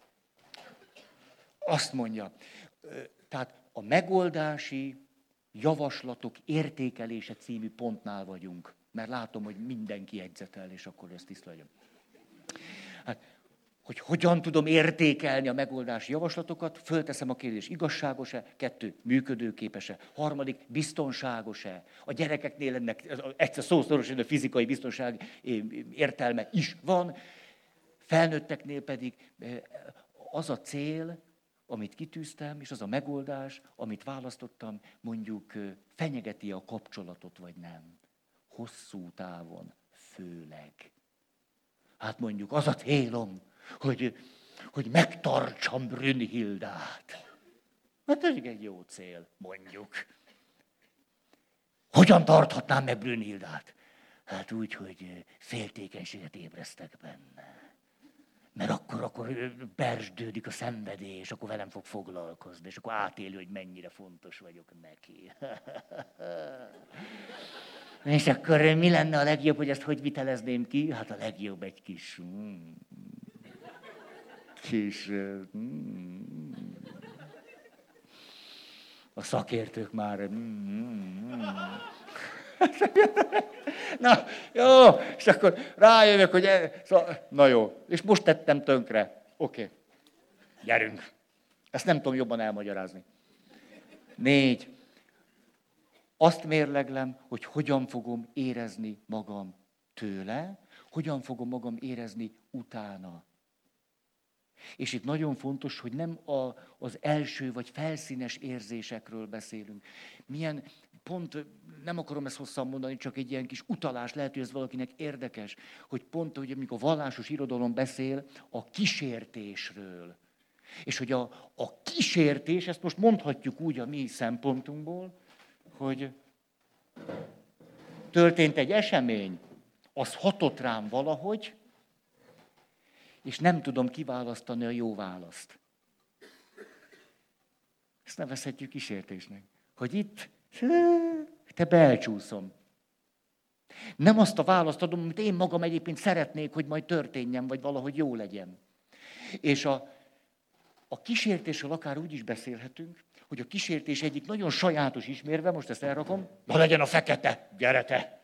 Azt mondja, tehát a megoldási javaslatok értékelése című pontnál vagyunk. Mert látom, hogy mindenki jegyzetel, és akkor ezt tiszta legyen. Hát, hogy hogyan tudom értékelni a megoldási javaslatokat, fölteszem a kérdést, igazságos-e, 2, működőképes-e, 3, biztonságos-e. A gyerekeknél ennek egyszer szószorosan a fizikai biztonság értelme is van, felnőtteknél pedig az a cél, amit kitűztem, és az a megoldás, amit választottam, mondjuk fenyegeti a kapcsolatot, vagy nem. Hosszú távon főleg. Hát mondjuk az a célom, hogy megtartsam Brünnhildát. Hát ez egy jó cél, mondjuk. Hogyan tarthatnám meg Brünnhildát? Hát úgy, hogy féltékenységet ébresztek benne. Mert akkor bersdődik a szenvedély, és akkor velem fog foglalkozni, és akkor átéli, hogy mennyire fontos vagyok neki. És akkor mi lenne a legjobb, hogy ezt hogy vitelezném ki? Hát a legjobb egy kis... A szakértők már... Na, jó, és akkor rájövök, hogy... Na jó, és most tettem tönkre. Oké, gyerünk. Ezt nem tudom jobban elmagyarázni. 4. Azt mérleglem, hogy hogyan fogom érezni magam tőle, hogyan fogom magam érezni utána. És itt nagyon fontos, hogy nem az első vagy felszínes érzésekről beszélünk. Milyen pont, nem akarom ezt hosszan mondani, csak egy ilyen kis utalás, lehet, hogy ez valakinek érdekes, hogy pont, hogy amikor a vallásos irodalom beszél a kísértésről. És hogy a kísértés, ezt most mondhatjuk úgy a mi szempontunkból, hogy történt egy esemény, az hatott rám valahogy, és nem tudom kiválasztani a jó választ. Ezt nevezhetjük kísértésnek. Hogy itt, te beelcsúszom. Nem azt a választ adom, amit én magam egyébként szeretnék, hogy majd történjen, vagy valahogy jó legyen. És a kísértésről akár úgy is beszélhetünk, hogy a kísértés egyik nagyon sajátos ismérve, most ezt elrakom, na legyen a fekete, gyere te!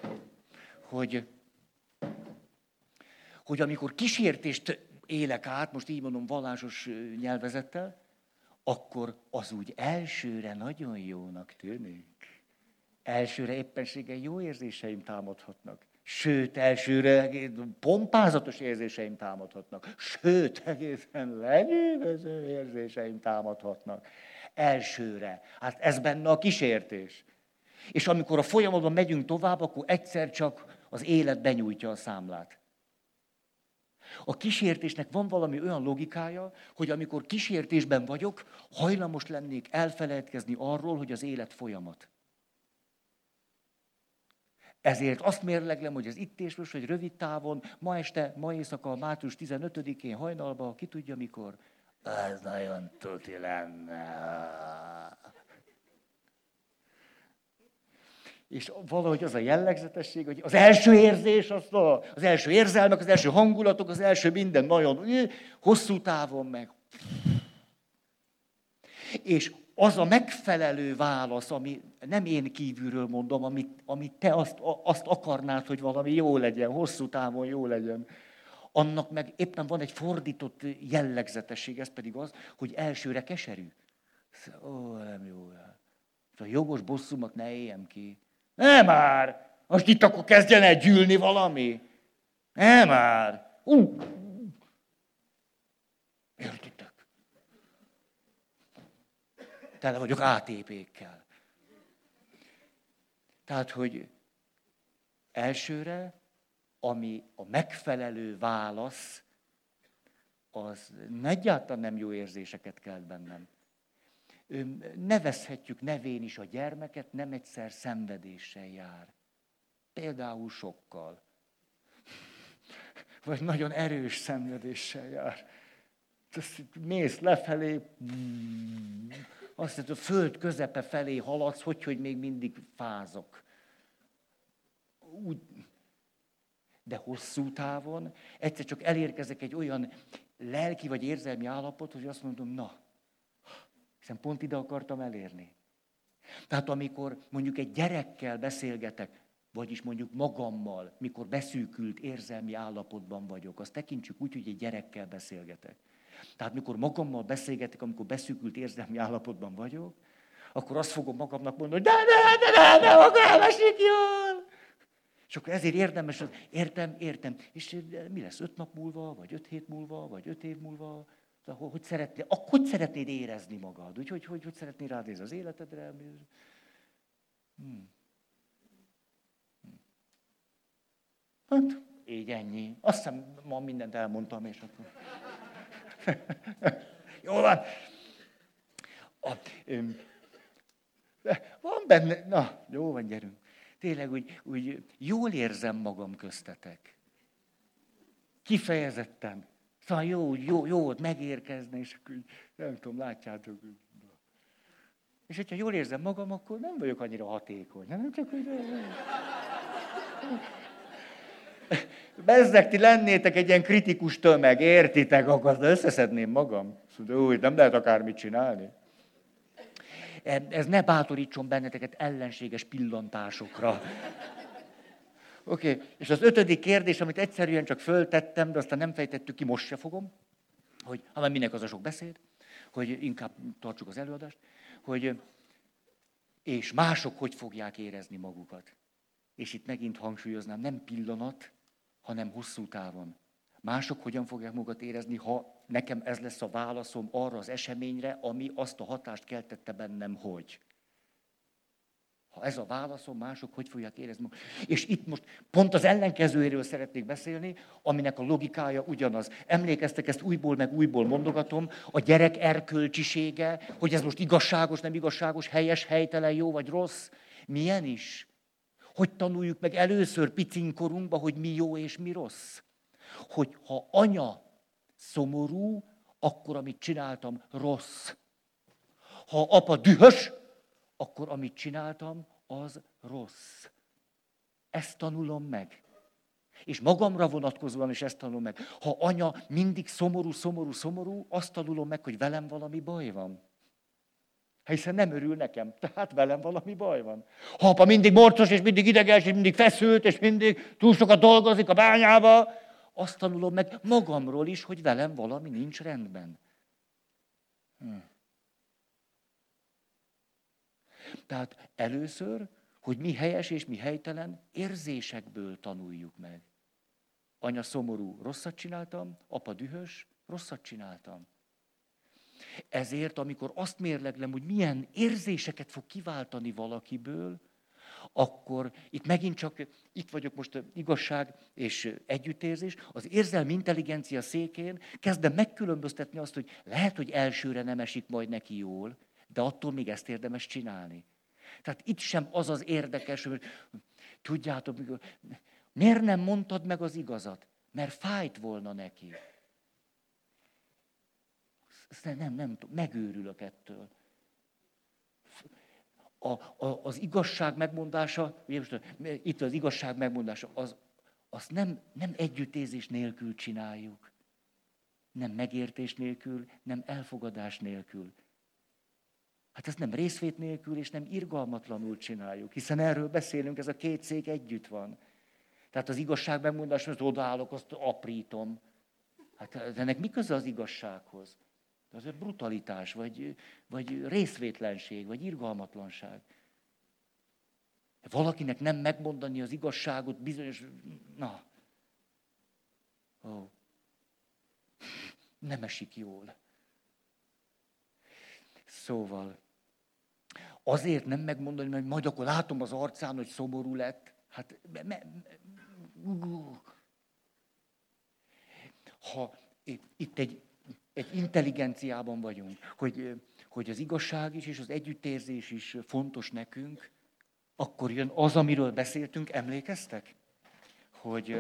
Hogy amikor kísértést élek át, most így mondom vallásos nyelvezettel, akkor az úgy elsőre nagyon jónak tűnik. Elsőre éppenséggel jó érzéseim támadhatnak. Sőt, elsőre pompázatos érzéseim támadhatnak. Sőt, egészen lenyűgöző érzéseim támadhatnak. Elsőre. Hát ez benne a kísértés. És amikor a folyamatban megyünk tovább, akkor egyszer csak az élet benyújtja a számlát. A kísértésnek van valami olyan logikája, hogy amikor kísértésben vagyok, hajlamos lennék elfeledkezni arról, hogy az élet folyamat. Ezért azt mérleglem, hogy az itt és most, hogy rövid távon, ma este, ma éjszaka, március 15-én hajnalban, ki tudja mikor, az nagyon tuti lenne. És valahogy az a jellegzetesség, hogy az első érzés, az első érzelmek, az első hangulatok, az első minden nagyon hosszú távon meg. És az a megfelelő válasz, ami nem én kívülről mondom, amit te azt akarnád, hogy valami jó legyen, hosszú távon jó legyen, annak meg éppen van egy fordított jellegzetesség, ez pedig az, hogy elsőre keserű. Ó, nem jó. A jogos bosszumat ne éljem ki. Nem már! Most itt akkor kezdjen el gyűlni valami. Nem már! Értitek? Tele vagyok ATP-kkel. Tehát, hogy elsőre, ami a megfelelő válasz, az egyáltalán nem jó érzéseket kelt bennem. Nevezhetjük nevén is a gyermeket, nem egyszer szenvedéssel jár. Például sokkal. Vagy nagyon erős szenvedéssel jár. Mész lefelé, azt hiszem, a föld közepe felé haladsz, hogy még mindig fázok. De hosszú távon egyszer csak elérkezek egy olyan lelki vagy érzelmi állapot, hogy azt mondom, na, hiszen pont ide akartam elérni. Tehát amikor mondjuk egy gyerekkel beszélgetek, vagyis mondjuk magammal, mikor beszűkült érzelmi állapotban vagyok, azt tekintsük úgy, hogy egy gyerekkel beszélgetek. Tehát mikor magammal beszélgetek, amikor beszűkült érzelmi állapotban vagyok, akkor azt fogom magamnak mondani, hogy de, akkor elmesik jól. És akkor ezért érdemes, értem. És mi lesz 5 nap múlva, vagy 5 hét múlva, vagy 5 év múlva? Hogy szeretnéd érezni magad? Hogy szeretnéd rád nézni az életedre? Hát, így ennyi. Azt hiszem, ma mindent elmondtam, és akkor... Jól van. Van benne... Na, jó van, gyerünk. Tényleg úgy jól érzem magam köztetek. Kifejezetten. Szóval jó volt megérkezni, és akkor nem tudom, látjátok. És hogyha jól érzem magam, akkor nem vagyok annyira hatékony. Nem csak úgy... Bezzeg, ti lennétek egy ilyen kritikus tömeg, értitek, akkor összeszedném magam. Úgy, nem lehet akármit csinálni. Ez ne bátorítson benneteket ellenséges pillantásokra. Oké, és az 5. kérdés, amit egyszerűen csak föltettem, de aztán nem fejtettük ki, most se fogom, hogy ha minek az a sok beszéd, hogy inkább tartsuk az előadást, hogy és mások hogy fogják érezni magukat. És itt megint hangsúlyoznám, nem pillanat, hanem hosszú távon. Mások hogyan fogják magukat érezni, ha nekem ez lesz a válaszom arra az eseményre, ami azt a hatást keltette bennem, hogy. Ha ez a válaszom, mások hogy fogják érezni magukat. És itt most pont az ellenkezőjéről szeretnék beszélni, aminek a logikája ugyanaz. Emlékeztek, ezt újból meg újból mondogatom, a gyerek erkölcsisége, hogy ez most igazságos, nem igazságos, helyes, helytelen, jó vagy rossz. Milyen is? Hogy tanuljuk meg először picinkorunkba, hogy mi jó és mi rossz. Hogy ha anya szomorú, akkor amit csináltam rossz. Ha apa dühös, akkor amit csináltam, az rossz. Ezt tanulom meg. És magamra vonatkozóan is ezt tanulom meg. Ha anya mindig szomorú, azt tanulom meg, hogy velem valami baj van. Hiszen nem örül nekem, tehát velem valami baj van. Ha apa mindig morcos, és mindig ideges, és mindig feszült, és mindig túl sokat dolgozik a bányába, azt tanulom meg magamról is, hogy velem valami nincs rendben. Tehát először, hogy mi helyes és mi helytelen, érzésekből tanuljuk meg. Anya szomorú, rosszat csináltam, apa dühös, rosszat csináltam. Ezért, amikor azt mérleglem, hogy milyen érzéseket fog kiváltani valakiből, akkor itt megint csak, itt vagyok most igazság és együttérzés, az érzelmi intelligencia székén kezdem megkülönböztetni azt, hogy lehet, hogy elsőre nem esik majd neki jól, de attól még ezt érdemes csinálni. Tehát itt sem az az érdekes, hogy tudjátok, miért nem mondtad meg az igazat? Mert fájt volna neki. Nem tudom, megőrülök ettől. Az igazság megmondása, ugye most, itt az igazság megmondása, azt nem együttérzés nélkül csináljuk. Nem megértés nélkül, nem elfogadás nélkül. Hát ezt nem részvét nélkül, és nem irgalmatlanul csináljuk, hiszen erről beszélünk, ez a két szék együtt van. Tehát az igazság megmondása, hogy odaállok, azt aprítom. Hát ennek mi köze az igazsághoz? Az egy brutalitás, vagy részvétlenség, vagy irgalmatlanság. Valakinek nem megmondani az igazságot bizonyos... Nem esik jól. Szóval, azért nem megmondani, hogy majd akkor látom az arcán, hogy szomorú lett. Hát... Ha itt egy intelligenciában vagyunk, hogy az igazság is és az együttérzés is fontos nekünk, akkor jön az, amiről beszéltünk, emlékeztek? Hogy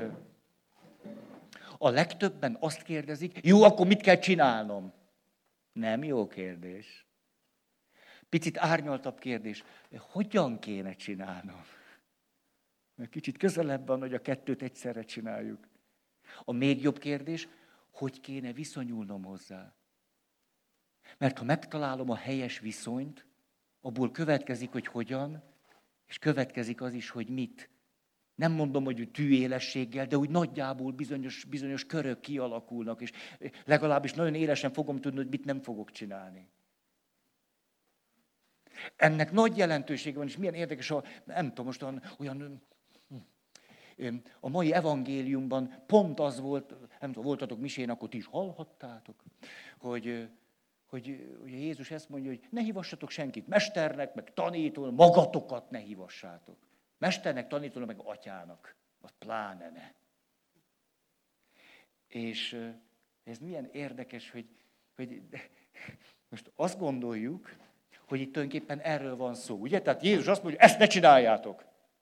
a legtöbben azt kérdezik, jó, akkor mit kell csinálnom? Nem jó kérdés. Picit árnyaltabb kérdés, hogyan kéne csinálnom? Mert kicsit közelebb van, hogy a kettőt egyszerre csináljuk. A még jobb kérdés, hogy kéne viszonyulnom hozzá. Mert ha megtalálom a helyes viszonyt, abból következik, hogy hogyan, és következik az is, hogy mit. Nem mondom, hogy tűélességgel, de úgy nagyjából bizonyos körök kialakulnak, és legalábbis nagyon élesen fogom tudni, hogy mit nem fogok csinálni. Ennek nagy jelentősége van, és milyen érdekes, nem tudom, most olyan a mai evangéliumban pont az volt, nem tudom, voltatok misén, akkor ti is hallhattátok, hogy Jézus ezt mondja, hogy ne hívassatok senkit mesternek, meg tanítónak, magatokat ne hívassátok. Mesternek, tanítónak, meg atyának. Az pláne ne. És ez milyen érdekes, hogy most azt gondoljuk, hogy itt tulajdonképpen erről van szó. Ugye? Tehát Jézus azt mondja, ezt ne csináljátok.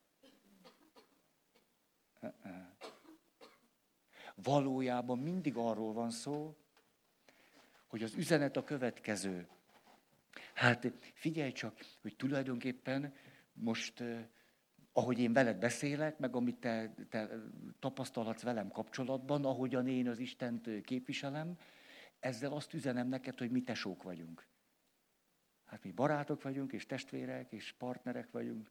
Valójában mindig arról van szó, hogy az üzenet a következő. Hát figyelj csak, hogy tulajdonképpen most, ahogy én veled beszélek, meg amit te tapasztalhatsz velem kapcsolatban, ahogyan én az Istent képviselem, ezzel azt üzenem neked, hogy mi tesók vagyunk. Hát mi barátok vagyunk, és testvérek, és partnerek vagyunk.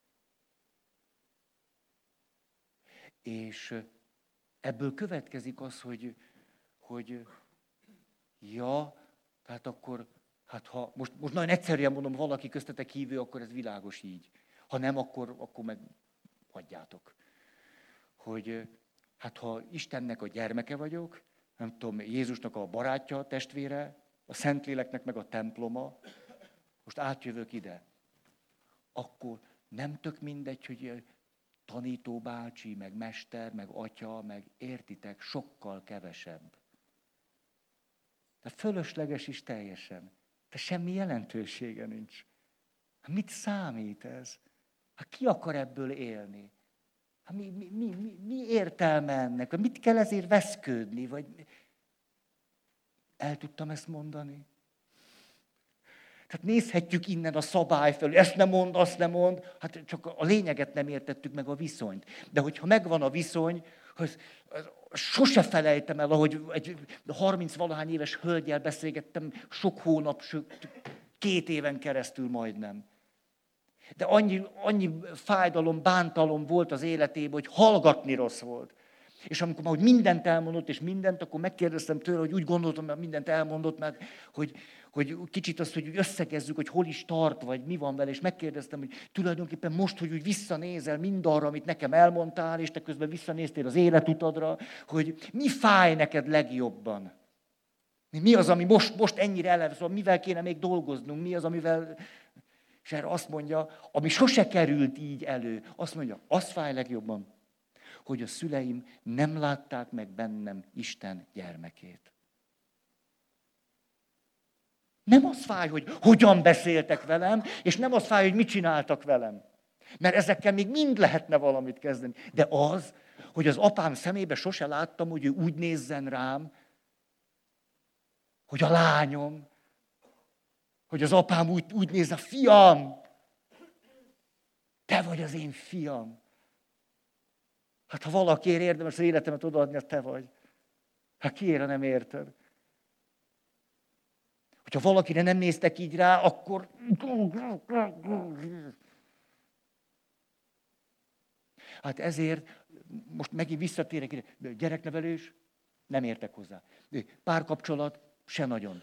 És ebből következik az, hogy ja, tehát akkor, hát ha most nagyon egyszerűen mondom, valaki köztetek hívő, akkor ez világos így. Ha nem, akkor meg hagyjátok. Hogy hát ha Istennek a gyermeke vagyok, nem tudom, Jézusnak a barátja, a testvére, a Szentléleknek meg a temploma, most átjövök ide, akkor nem tök mindegy, hogy tanító bácsi, meg mester, meg atya, meg értitek, sokkal kevesebb. De fölösleges is teljesen. De semmi jelentősége nincs. Mit számít ez? Hát ki akar ebből élni? Hát mi értelme ennek? Mit kell ezért veszködni? Vagy el tudtam ezt mondani? Tehát nézhetjük innen a szabály felől, ezt nem mond, azt nem mond, hát csak a lényeget nem értettük meg, a viszonyt. De hogyha megvan a viszony, sose felejtem el, ahogy egy 30-valahány éves hölgyel beszélgettem, sok hónap, 2 éven keresztül majdnem. De annyi fájdalom, bántalom volt az életében, hogy hallgatni rossz volt. És amikor már mindent elmondott, és mindent, akkor megkérdeztem tőle, hogy úgy gondoltam, hogy mindent elmondott, mert hogy kicsit azt, hogy összegezzük, hogy hol is tart, vagy mi van vele, és megkérdeztem, hogy tulajdonképpen most, hogy úgy visszanézel mindarra, amit nekem elmondtál, és te közben visszanéztél az életutadra, hogy mi fáj neked legjobban? Mi az, ami most ennyire eleve, szóval mivel kéne még dolgoznunk, mi az, amivel... És erre azt mondja, ami sose került így elő, azt mondja, az fáj legjobban, hogy a szüleim nem látták meg bennem Isten gyermekét. Nem az fáj, hogy hogyan beszéltek velem, és nem az fáj, hogy mit csináltak velem. Mert ezekkel még mind lehetne valamit kezdeni. De az, hogy az apám szemébe sose láttam, hogy ő úgy nézzen rám, hogy a lányom, hogy az apám úgy néz a fiam, te vagy az én fiam. Hát ha valakiért érdemes az életemet odaadni, az te vagy. Hát kiére nem érted? Hogyha valakire nem néztek így rá, akkor... Hát ezért, most megint visszatérek ide, gyereknevelés, nem értek hozzá. Párkapcsolat, se nagyon.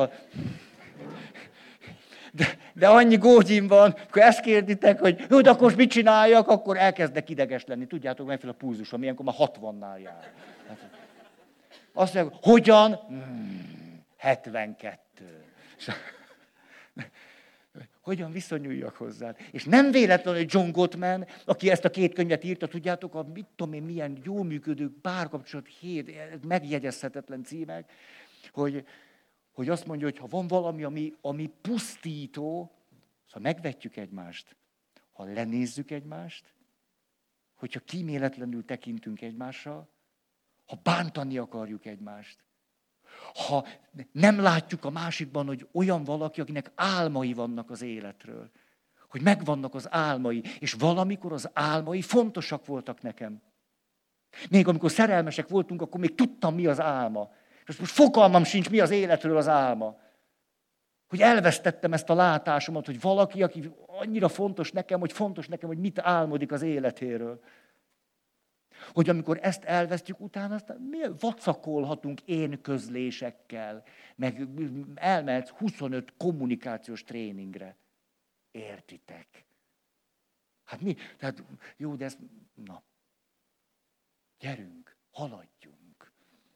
De annyi gógyim van, akkor ezt kérditek, hogy jó, de akkor most mit csináljak, akkor elkezdek ideges lenni. Tudjátok, megfelel a pulzusom, ilyenkor már 60-nál jár. Azt mondják, hogyan? 72. Hogyan viszonyuljak hozzá? És nem véletlenül, hogy John Gottman, aki ezt a 2 könyvet írta, tudjátok, a mit tudom én, milyen jó működő párkapcsolat 7 megjegyezhetetlen címek, hogy azt mondja, hogy ha van valami, ami pusztító, ha megvetjük egymást, ha lenézzük egymást, hogyha kíméletlenül tekintünk egymásra, ha bántani akarjuk egymást, ha nem látjuk a másikban, hogy olyan valaki, akinek álmai vannak az életről, hogy megvannak az álmai, és valamikor az álmai fontosak voltak nekem. Még amikor szerelmesek voltunk, akkor még tudtam, mi az álma. És most fogalmam sincs, mi az életről az álma. Hogy elvesztettem ezt a látásomat, hogy valaki, aki annyira fontos nekem, hogy mit álmodik az életéről. Hogy amikor ezt elvesztjük, utána aztán vacakolhatunk én közlésekkel, meg elmehetsz 25 kommunikációs tréningre. Értitek? Hát mi? Tehát jó, de ezt... Na. Gyerünk, haladjunk.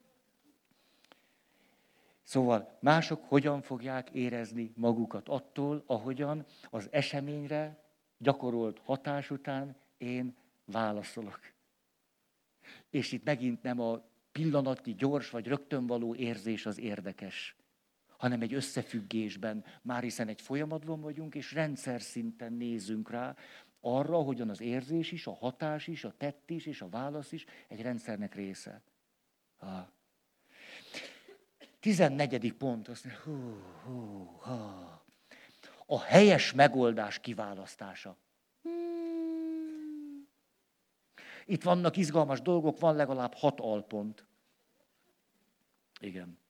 Szóval mások hogyan fogják érezni magukat attól, ahogyan az eseményre gyakorolt hatás után én válaszolok. És itt megint nem a pillanatnyi, gyors vagy rögtön való érzés az érdekes, hanem egy összefüggésben, már hiszen egy folyamatban vagyunk, és rendszer szinten nézünk rá, arra, hogyan az érzés is, a hatás is, a tett is, és a válasz is egy rendszernek része. 14. pont. Azt mondja, a helyes megoldás kiválasztása. Itt vannak izgalmas dolgok, van legalább 6 alpont. Igen.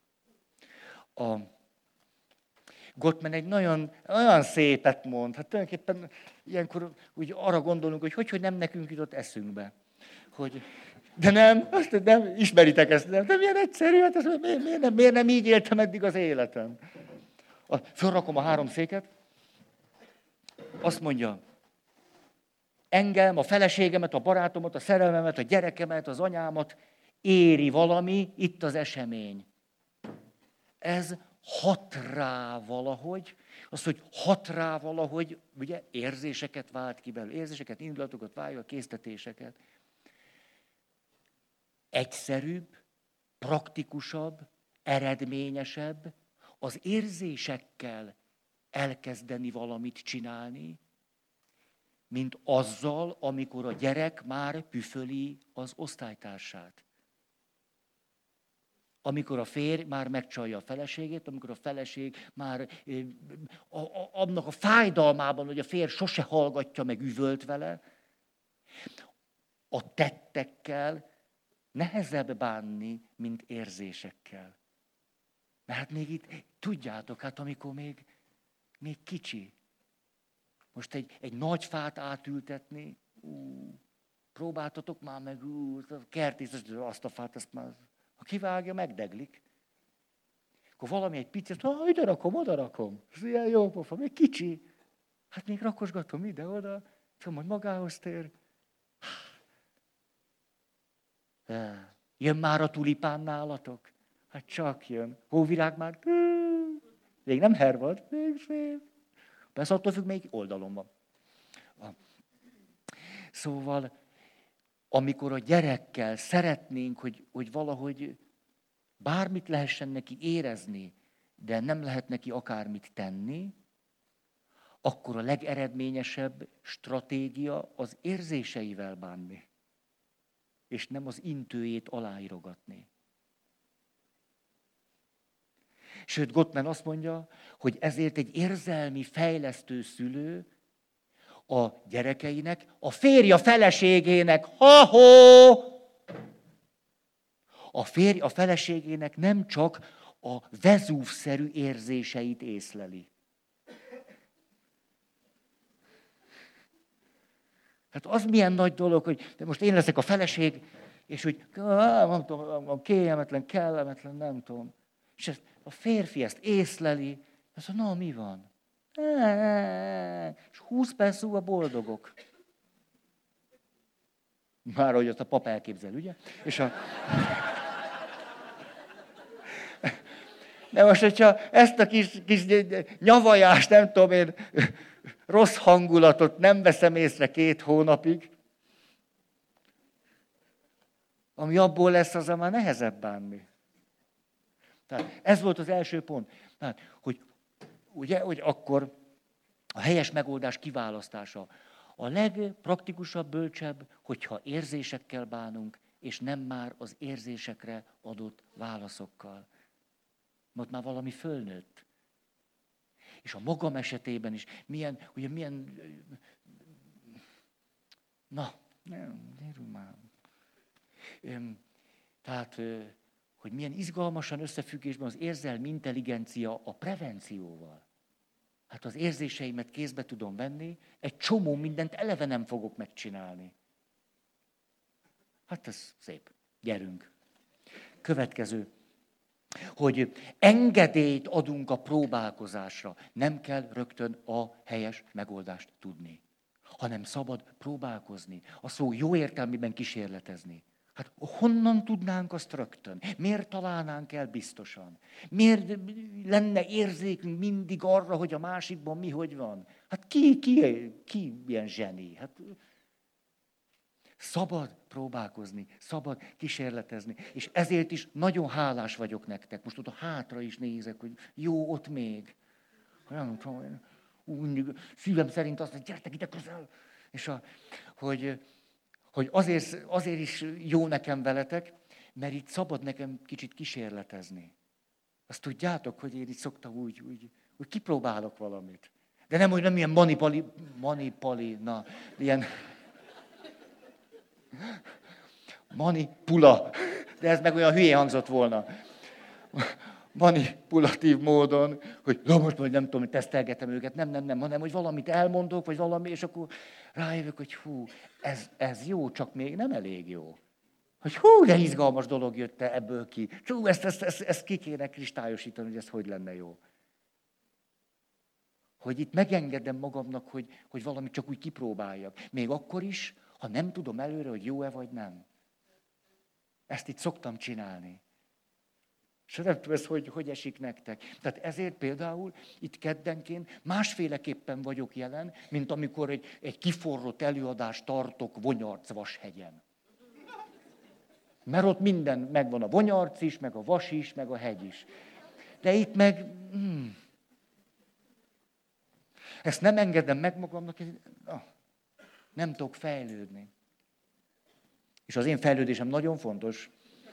Gottman egy nagyon szépet mond. Hát tulajdonképpen ilyenkor úgy arra gondolunk, hogy nem nekünk jutott eszünkbe. De nem, azt nem, ismeritek ezt, nem, de milyen egyszerű, hát ez, miért nem így éltem eddig az életem. Fölrakom a 3 széket, azt mondja, engem, a feleségemet, a barátomat, a szerelmemet, a gyerekemet, az anyámat éri valami, itt az esemény. Ez hat rá valahogy, az, hogy hat rá valahogy, ugye érzéseket vált ki belőle, érzéseket, indulatokat, vágyak, késztetéseket. Egyszerűbb, praktikusabb, eredményesebb az érzésekkel elkezdeni valamit csinálni, mint azzal, amikor a gyerek már püföli az osztálytársát. Amikor a férj már megcsalja a feleségét, amikor a feleség már annak a fájdalmában, hogy a férj sose hallgatja meg, üvölt vele, a tettekkel nehezebb bánni, mint érzésekkel. Mert hát még itt, tudjátok, hát amikor még kicsi. Most egy nagy fát átültetni, próbáltatok már meg, a kertész, azt a fát, azt már, ha kivágja, megdeglik. Akkor valami egy picit, ide rakom, oda rakom. Ez ilyen jó pofa, még kicsi. Hát még rakosgatom ide-oda, csak majd magához tér. Jön már a tulipán nálatok? Hát csak jön. Hóvirág már? Még nem hervad, még szép. Persze attól függ, melyik oldalon van. Szóval, amikor a gyerekkel szeretnénk, hogy valahogy bármit lehessen neki érezni, de nem lehet neki akármit tenni, akkor a legeredményesebb stratégia az érzéseivel bánni, és nem az intőjét aláírogatni. Sőt, Gottman azt mondja, hogy ezért egy érzelmi fejlesztő szülő a gyerekeinek, a férj a feleségének, a férj a feleségének nem csak a Vezúv-szerű érzéseit észleli. Hát az milyen nagy dolog, hogy de most én leszek a feleség, és hogy nem tudom, kényelmetlen, kellemetlen, nem tudom. És ezt, a férfi ezt észleli, azt mondja, na, mi van? És 20 perc múlva boldogok. Már ahogy azt a pap elképzel, ugye? És de most, hogyha ezt a kis nyavajást, nem tudom én, rossz hangulatot nem veszem észre 2 hónapig, ami abból lesz, az már nehezebb bánni. Tehát ez volt az első pont. Tehát, hogy akkor a helyes megoldás kiválasztása. A legpraktikusabb, bölcsebb, hogyha érzésekkel bánunk, és nem már az érzésekre adott válaszokkal. Mert már valami fölnőtt. És a magam esetében is milyen, na, nem, gyerünk már. Tehát, hogy milyen izgalmasan összefüggésben az érzelmi intelligencia a prevencióval. Hát az érzéseimet kézbe tudom venni, egy csomó mindent eleve nem fogok megcsinálni. Hát ez szép. Gyerünk. Következő, hogy engedélyt adunk a próbálkozásra. Nem kell rögtön a helyes megoldást tudni, hanem szabad próbálkozni. A szó jó értelmében kísérletezni. Hát honnan tudnánk azt rögtön? Miért találnánk el biztosan? Miért lenne érzékünk mindig arra, hogy a másikban mi hogy van? Hát ki ilyen zseni? Hát szabad próbálkozni, szabad kísérletezni. És ezért is nagyon hálás vagyok nektek. Most oda hátra is nézek, hogy jó, ott még. Nem tudom, úgy szívem szerint azt, hogy gyertek ide közel. És hogy azért is jó nekem veletek, mert itt szabad nekem kicsit kísérletezni. Azt tudjátok, hogy én itt szoktam úgy kipróbálok valamit. De nem, hogy nem ilyen ilyen manipula. De ez meg olyan hülyén hangzott volna. Manipulatív módon, hogy most majd nem tudom, hogy tesztelgetem őket, nem, hanem hogy valamit elmondok, vagy valami, és akkor rájövök, hogy ez jó, csak még nem elég jó. Hogy de izgalmas dolog jött ebből ki. Ezt ki kéne kristályosítani, hogy ez hogy lenne jó. Hogy itt megengedem magamnak, hogy valamit csak úgy kipróbáljak. Még akkor is, ha nem tudom előre, hogy jó-e vagy nem. Ezt itt szoktam csinálni. És nem tudom, ez hogy esik nektek. Tehát ezért például itt keddenként másféleképpen vagyok jelen, mint amikor egy kiforrott előadást tartok Vonyarc-Vashegyen. Mert ott minden megvan, a Vonyarc is, meg a Vas is, meg a hegy is. De itt meg... Ezt nem engedem meg magamnak, nem tudok fejlődni. És az én fejlődésem nagyon fontos.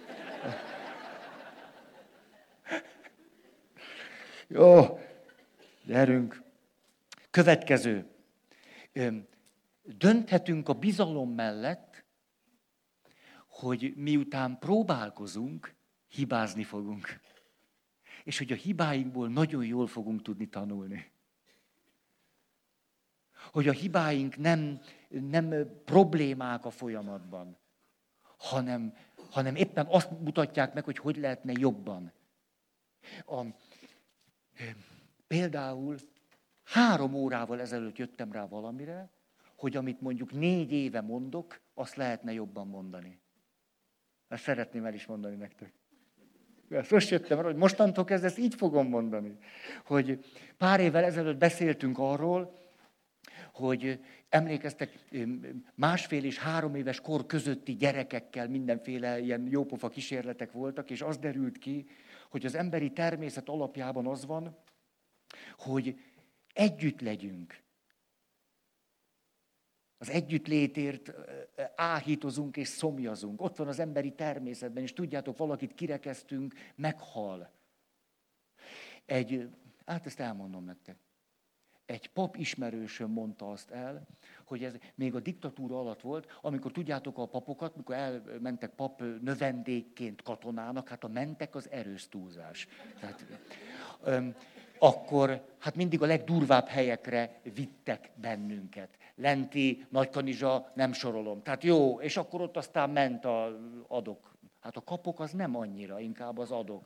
Jó, gyerünk. Következő. Dönthetünk a bizalom mellett, hogy miután próbálkozunk, hibázni fogunk. És hogy a hibáinkból nagyon jól fogunk tudni tanulni. Hogy a hibáink nem problémák a folyamatban, hanem éppen azt mutatják meg, hogy lehetne jobban. Például 3 órával ezelőtt jöttem rá valamire, hogy amit mondjuk 4 éve mondok, azt lehetne jobban mondani. Ezt szeretném el is mondani nektek. Ezt most jöttem rá, hogy mostantól kezdve ezt így fogom mondani. Hogy pár évvel ezelőtt beszéltünk arról, hogy emlékeztek, 1,5 és 3 éves kor közötti gyerekekkel mindenféle ilyen jópofa kísérletek voltak, és az derült ki, hogy az emberi természet alapjában az van, hogy együtt legyünk. Az együttlétért áhítozunk és szomjazunk. Ott van az emberi természetben, és tudjátok, valakit kirekeztünk, meghal. Ezt elmondom nektek. Egy pap ismerősöm mondta azt el, hogy ez még a diktatúra alatt volt, amikor tudjátok a papokat, mikor elmentek pap növendékként katonának, hát a mentek az erős túlzás. Tehát, akkor hát mindig a legdurvább helyekre vittek bennünket. Lenti, Nagykanizsa, nem sorolom. Tehát jó, és akkor ott aztán ment az adok. Hát a kapok az nem annyira, inkább az adok.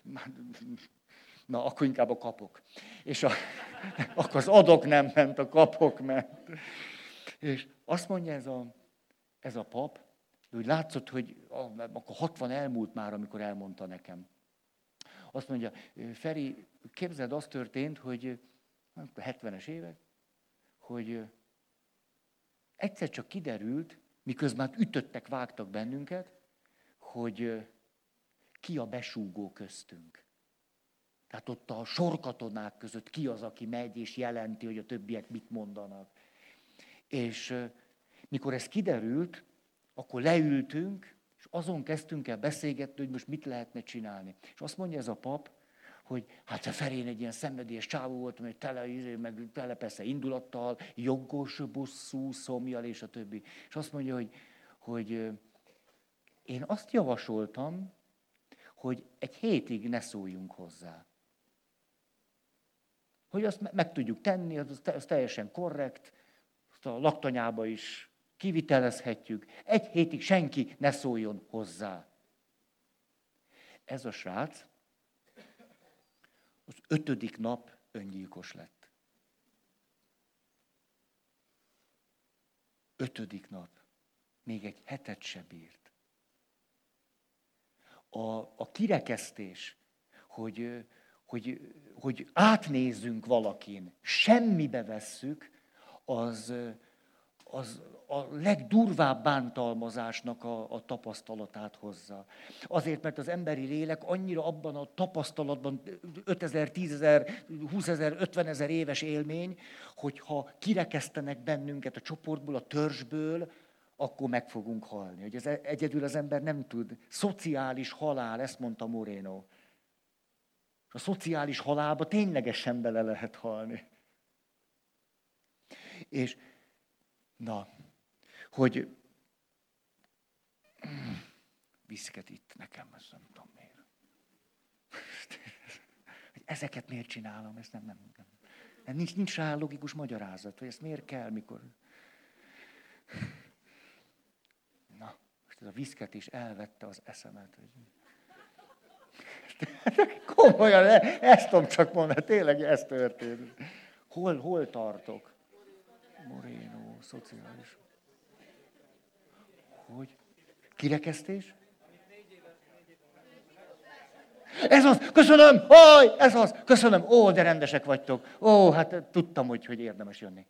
Na, akkor inkább a kapok. És akkor az adok nem ment, a kapok ment. És azt mondja ez a pap, hogy látszott, hogy akkor 60 elmúlt már, amikor elmondta nekem. Azt mondja, Feri, képzeld, az történt, hogy 70-es évek, hogy egyszer csak kiderült, miközben ütöttek, vágtak bennünket, hogy ki a besúgó köztünk. Tehát ott a sorkatonák között ki az, aki megy és jelenti, hogy a többiek mit mondanak. És mikor ez kiderült, akkor leültünk, és azon kezdtünk el beszélgetni, hogy most mit lehetne csinálni. És azt mondja ez a pap, hogy hát a Ferén egy ilyen szenvedélyes csávó volt, meg tele persze indulattal, jogos bosszú, szomjal és a többi. És azt mondja, hogy én azt javasoltam, hogy egy hétig ne szóljunk hozzá. Hogy azt meg tudjuk tenni, az teljesen korrekt, azt a laktanyába is kivitelezhetjük. 1 hétig senki ne szóljon hozzá. Ez a srác az 5. nap öngyilkos lett. 5. nap. Még egy hetet se bírt. A kirekesztés, hogy átnézzünk valakin, semmibe vesszük, az a legdurvább bántalmazásnak a tapasztalatát hozza. Azért, mert az emberi lélek annyira abban a tapasztalatban 5000, 10.000, 20.000, 50.000 éves élmény, hogyha kirekesztenek bennünket a csoportból, a törzsből, akkor meg fogunk halni. Hogy egyedül az ember nem tud. Szociális halál, ezt mondta Moreno. A szociális halálba ténylegesen bele lehet halni. És hogy viszket itt nekem, ezt nem tudom miért. Hogy ezeket miért csinálom, ezt nem. Nincs rá logikus magyarázat, hogy ezt miért kell, mikor... Na, most ez a viszket is elvette az eszemet. Komolyan, ezt tudom csak mondani, tényleg ez történt. Hol tartok? Moreno, szociális. Hogy? Kirekesztés? Ez az, köszönöm, ez az, köszönöm, de rendesek vagytok. Hát tudtam, hogy érdemes jönni.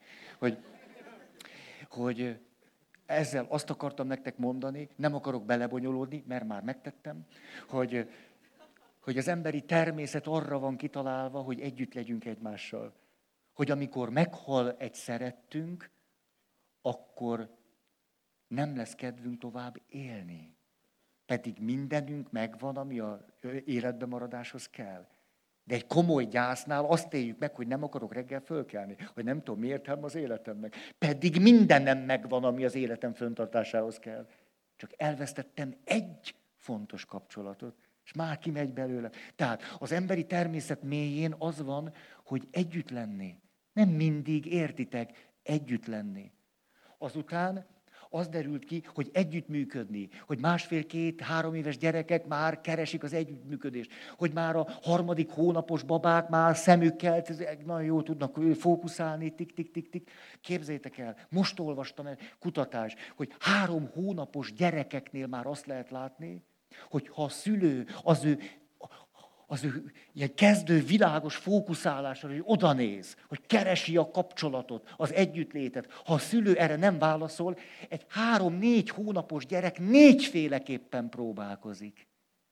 Hogy ezzel azt akartam nektek mondani, nem akarok belebonyolódni, mert már megtettem, hogy az emberi természet arra van kitalálva, hogy együtt legyünk egymással. Hogy amikor meghal egy szerettünk, akkor nem lesz kedvünk tovább élni. Pedig mindenünk megvan, ami az életbe maradáshoz kell. De egy komoly gyásznál azt éljük meg, hogy nem akarok reggel fölkelni, hogy nem tudom, mi értelme az életemnek. Pedig mindenem megvan, ami az életem fenntartásához kell. Csak elvesztettem egy fontos kapcsolatot, és már kimegy belőle. Tehát az emberi természet mélyén az van, hogy együtt lenni. Nem mindig, értitek, együtt lenni. Azután az derült ki, hogy együttműködni, hogy 1,5-2-3 éves gyerekek már keresik az együttműködést, hogy már a 3. hónapos babák már szemükkel nagyon jól tudnak fókuszálni, tik-tik-tik-tik. Képzeljétek el, most olvastam egy kutatást, hogy 3 hónapos gyerekeknél már azt lehet látni, hogy ha a szülő az ő ilyen kezdő világos fókuszálásra, hogy oda néz, hogy keresi a kapcsolatot, az együttlétet. Ha a szülő erre nem válaszol, egy 3-4 hónapos gyerek 4-féleképpen próbálkozik.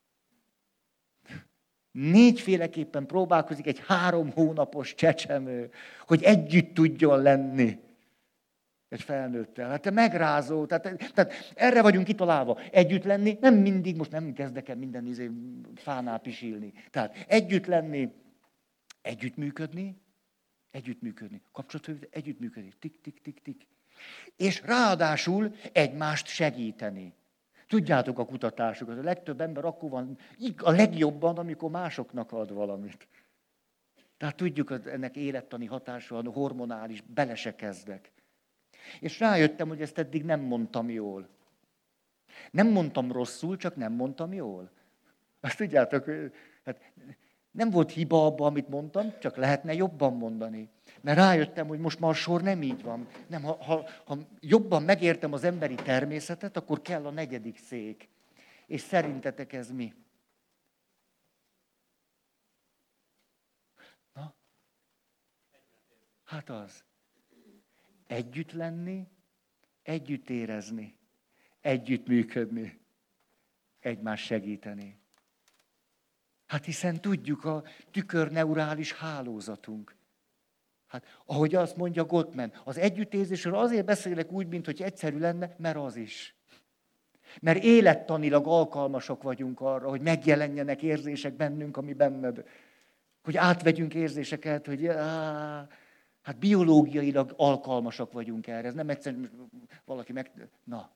4-féleképpen próbálkozik egy 3 hónapos csecsemő, hogy együtt tudjon lenni egy felnőttel. Hát te megrázó, tehát erre vagyunk kitalálva. Együtt lenni, nem mindig, most nem kezdek el minden fánál pisilni. Tehát együtt lenni, együttműködni, kapcsolatot, együttműködni, tik-tik-tik-tik. És ráadásul egymást segíteni. Tudjátok a kutatásokat, a legtöbb ember akkor van a legjobban, amikor másoknak ad valamit. Tehát tudjuk, hogy ennek élettani hatása van, hormonális, bele se kezdek. És rájöttem, hogy ezt eddig nem mondtam jól. Nem mondtam rosszul, csak nem mondtam jól. Azt tudjátok, hát nem volt hiba abban, amit mondtam, csak lehetne jobban mondani. Mert rájöttem, hogy most már a sor nem így van. Nem, ha jobban megértem az emberi természetet, akkor kell a 4. szék. És szerintetek ez mi? Na? Hát az. Együtt lenni, együtt érezni, együtt működni, egymást segíteni. Hát hiszen tudjuk a tükörneurális hálózatunk. Hát ahogy azt mondja Gottman, az együttérzésről azért beszélek úgy, mintha egyszerű lenne, mert az is. Mert élettanilag alkalmasak vagyunk arra, hogy megjelenjenek érzések bennünk, ami benned. Hogy átvegyünk érzéseket, hogy hát biológiailag alkalmasak vagyunk erre. Ez nem egyszerűen valaki Na.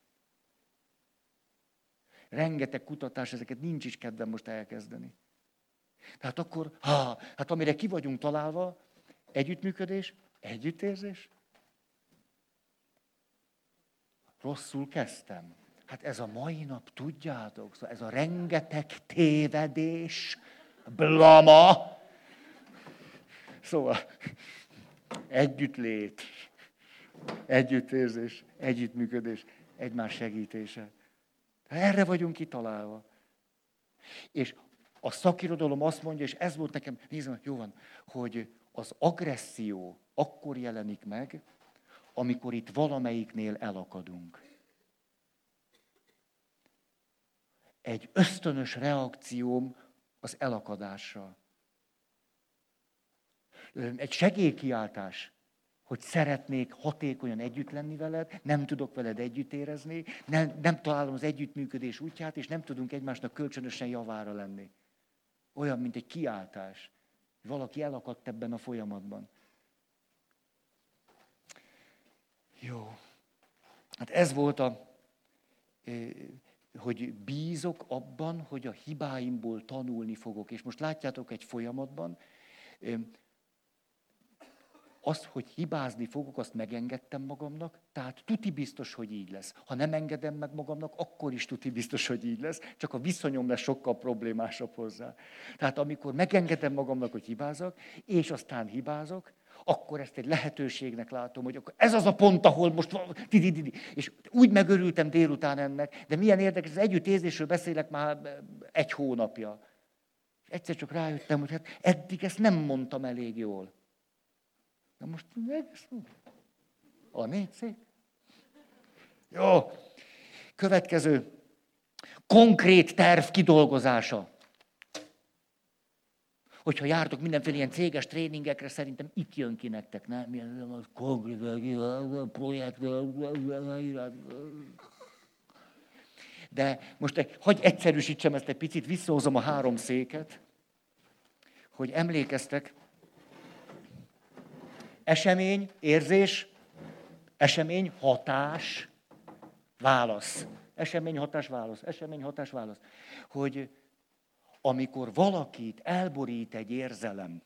Rengeteg kutatás, ezeket nincs is kedvem most elkezdeni. Tehát akkor, hát amire ki vagyunk találva, együttműködés, együttérzés. rosszul kezdtem. Hát ez a mai nap, tudjátok, ez a rengeteg tévedés, blama. Szóval együttlét, együttérzés, együttműködés, egymás segítése. Erre vagyunk kitalálva. És a szakirodalom azt mondja, és ez volt nekem, nézd, jó van, hogy az agresszió akkor jelenik meg, amikor itt valamelyiknél elakadunk. Egy ösztönös reakcióm az elakadásra. Egy segélykiáltás, hogy szeretnék hatékonyan együtt lenni veled, nem tudok veled együtt érezni, nem találom az együttműködés útját, és nem tudunk egymásnak kölcsönösen javára lenni. Olyan, mint egy kiáltás. Valaki elakadt ebben a folyamatban. Jó. Hát ez volt hogy bízok abban, hogy a hibáimból tanulni fogok. És most látjátok egy folyamatban, azt, hogy hibázni fogok, azt megengedtem magamnak, tehát tuti biztos, hogy így lesz. Ha nem engedem meg magamnak, akkor is tuti biztos, hogy így lesz, csak a viszonyom lesz sokkal problémásabb hozzá. Tehát amikor megengedem magamnak, hogy hibázok, és aztán hibázok, akkor ezt egy lehetőségnek látom, hogy akkor ez az a pont, ahol most... És úgy megörültem délután ennek, de milyen érdekes, az együttérzésről beszélek már 1 hónapja. És egyszer csak rájöttem, hogy hát eddig ezt nem mondtam elég jól. Na most a 4 szék. Jó. Következő. Konkrét terv kidolgozása. Hogyha jártok mindenféle ilyen céges tréningekre, szerintem itt jön ki nektek, nem? Milyen konkrét projekt. De most hagyj egyszerűsítsem ezt egy picit, visszahozom a 3 széket, hogy emlékeztek. Esemény, érzés, esemény, hatás, válasz. Esemény, hatás, válasz. Esemény, hatás, válasz. Hogy amikor valakit elborít egy érzelem,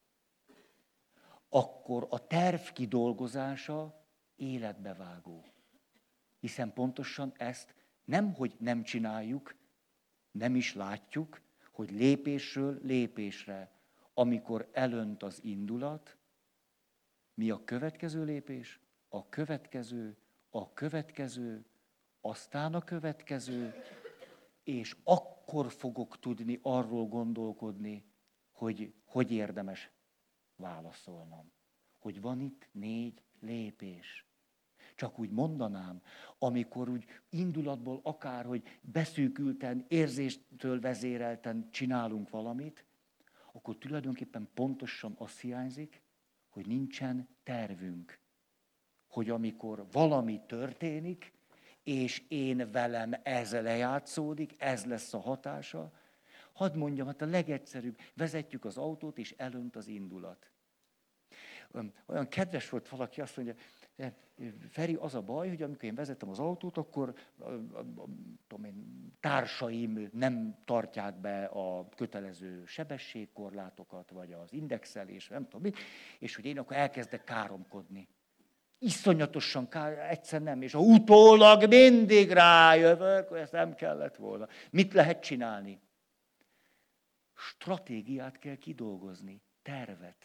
akkor a terv kidolgozása életbevágó. Hiszen pontosan ezt nemhogy nem csináljuk, nem is látjuk, hogy lépésről lépésre, amikor elönt az indulat, mi a következő lépés? A következő, aztán a következő, és akkor fogok tudni arról gondolkodni, hogy érdemes válaszolnom. Hogy van itt 4 lépés. Csak úgy mondanám, amikor úgy indulatból akár, hogy beszűkülten, érzéstől vezérelten csinálunk valamit, akkor tulajdonképpen pontosan azt hiányzik, hogy nincsen tervünk. Hogy amikor valami történik, és én velem ez lejátszódik, ez lesz a hatása, hadd mondjam, hát a legegyszerűbb, vezetjük az autót, és elönt az indulat. Olyan kedves volt valaki, azt mondja, Feri, az a baj, hogy amikor én vezettem az autót, akkor társaim nem tartják be a kötelező sebességkorlátokat, vagy az indexelés, nem tudom mit, és hogy én akkor elkezdek káromkodni. Iszonyatosan egyszer nem, és utólag mindig rájövök, hogy ezt nem kellett volna. Mit lehet csinálni? Stratégiát kell kidolgozni, tervet.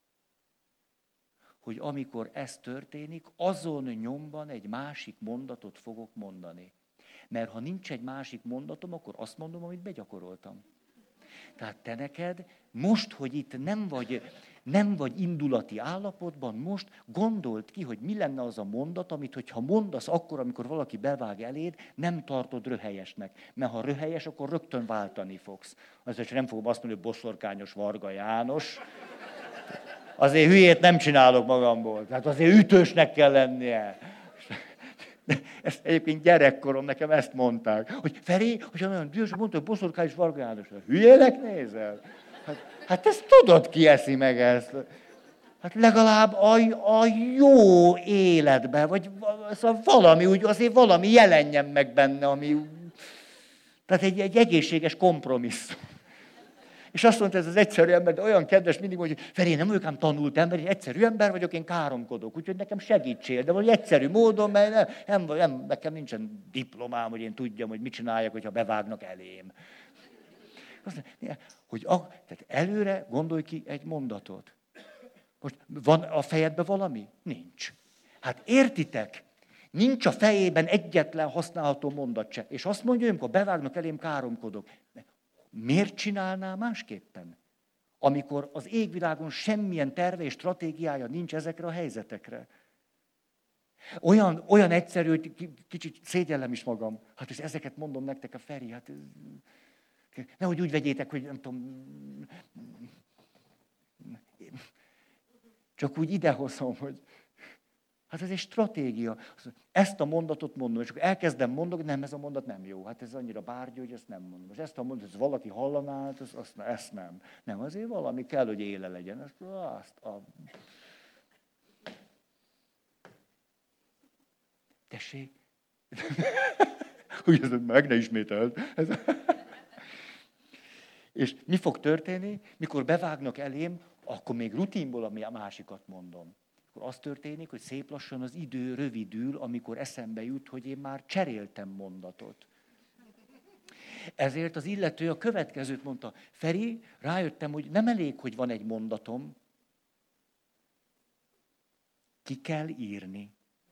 Hogy amikor ez történik, azon nyomban egy másik mondatot fogok mondani. Mert ha nincs egy másik mondatom, akkor azt mondom, amit begyakoroltam. Tehát te neked, most, hogy itt nem vagy indulati állapotban, most gondold ki, hogy mi lenne az a mondat, amit, hogyha mondasz akkor, amikor valaki bevág eléd, nem tartod röhelyesnek. Mert ha röhelyes, akkor rögtön váltani fogsz. Azért nem fogom azt mondani, hogy boszorkányos Varga János. Azért hülyét nem csinálok magamból. Tehát azért ütősnek kell lennie. Ezt egyébként gyerekkorom nekem ezt mondták. Hogy Feri, hogyha nagyon dühös, mondta, hogy boszorkányos Varga János. Hülyének nézel? Hát ezt tudod, ki eszi meg ezt. Hát legalább a jó életben, vagy szóval valami, úgy azért valami jelenjen meg benne, ami... Tehát egy egészséges kompromisszum. És azt mondta ez az egyszerű ember, de olyan kedves mindig, hogy Feri, én nem vagyok ám tanult ember, én egyszerű ember vagyok, én káromkodok, úgyhogy nekem segítsél, de valami egyszerű módon, mert nekem nincsen diplomám, hogy én tudjam, hogy mit csináljak, hogyha bevágnak elém. Azt mondja, tehát előre gondolj ki egy mondatot. Most van a fejedben valami? Nincs. Hát értitek? Nincs a fejében egyetlen használható mondat se. És azt mondja, amikor bevágnak elém, káromkodok. Miért csinálná másképpen? Amikor az égvilágon semmilyen terve és stratégiája nincs ezekre a helyzetekre. Olyan egyszerű, hogy kicsit szégyellem is magam. Hát és ezeket mondom nektek a Feri, hát nehogy úgy vegyétek, hogy nem tudom, csak úgy idehozom, hogy hát ez egy stratégia. Ezt a mondatot mondom, és akkor elkezdem mondani, nem, ez a mondat nem jó. Hát ez annyira bárgyú, hogy ezt nem mondom. Most ezt a mondatot, ez valaki hallaná, ezt nem. Nem, azért valami kell, hogy éle legyen. Tessék? Úgy ez meg ne ismételd. És mi fog történni? Mikor bevágnak elém, akkor még rutinból a másikat mondom. Akkor az történik, hogy szép lassan az idő rövidül, amikor eszembe jut, hogy én már cseréltem mondatot. Ezért az illető a következőt mondta. Feri, rájöttem, hogy nem elég, hogy van egy mondatom. Ki kell írni.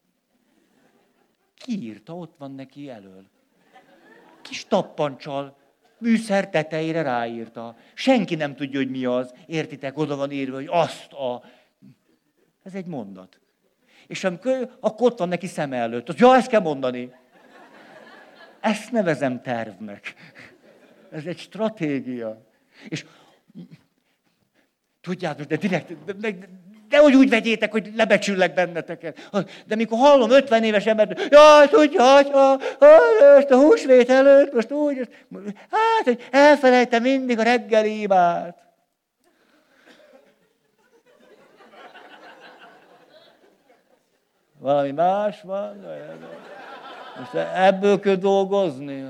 Ki írta, ott van neki elől. Kis tappancsal, műszer tetejére ráírta. Senki nem tudja, hogy mi az. Értitek, oda van írva, hogy azt a... Ez egy mondat. És amikor, akkor ott van neki szeme előtt. Az, ja, ezt kell mondani. Ezt nevezem tervnek. Ez egy stratégia. És tudjátok, de direkt, de hogy úgy vegyétek, hogy lebecsüllek benneteket. De mikor hallom 50 éves embert, jaj, tudja, atya, most a húsvét előtt, most úgy, hát, hogy elfelejtem mindig a reggeli imát. Valami más van? Most ebből kell dolgozni.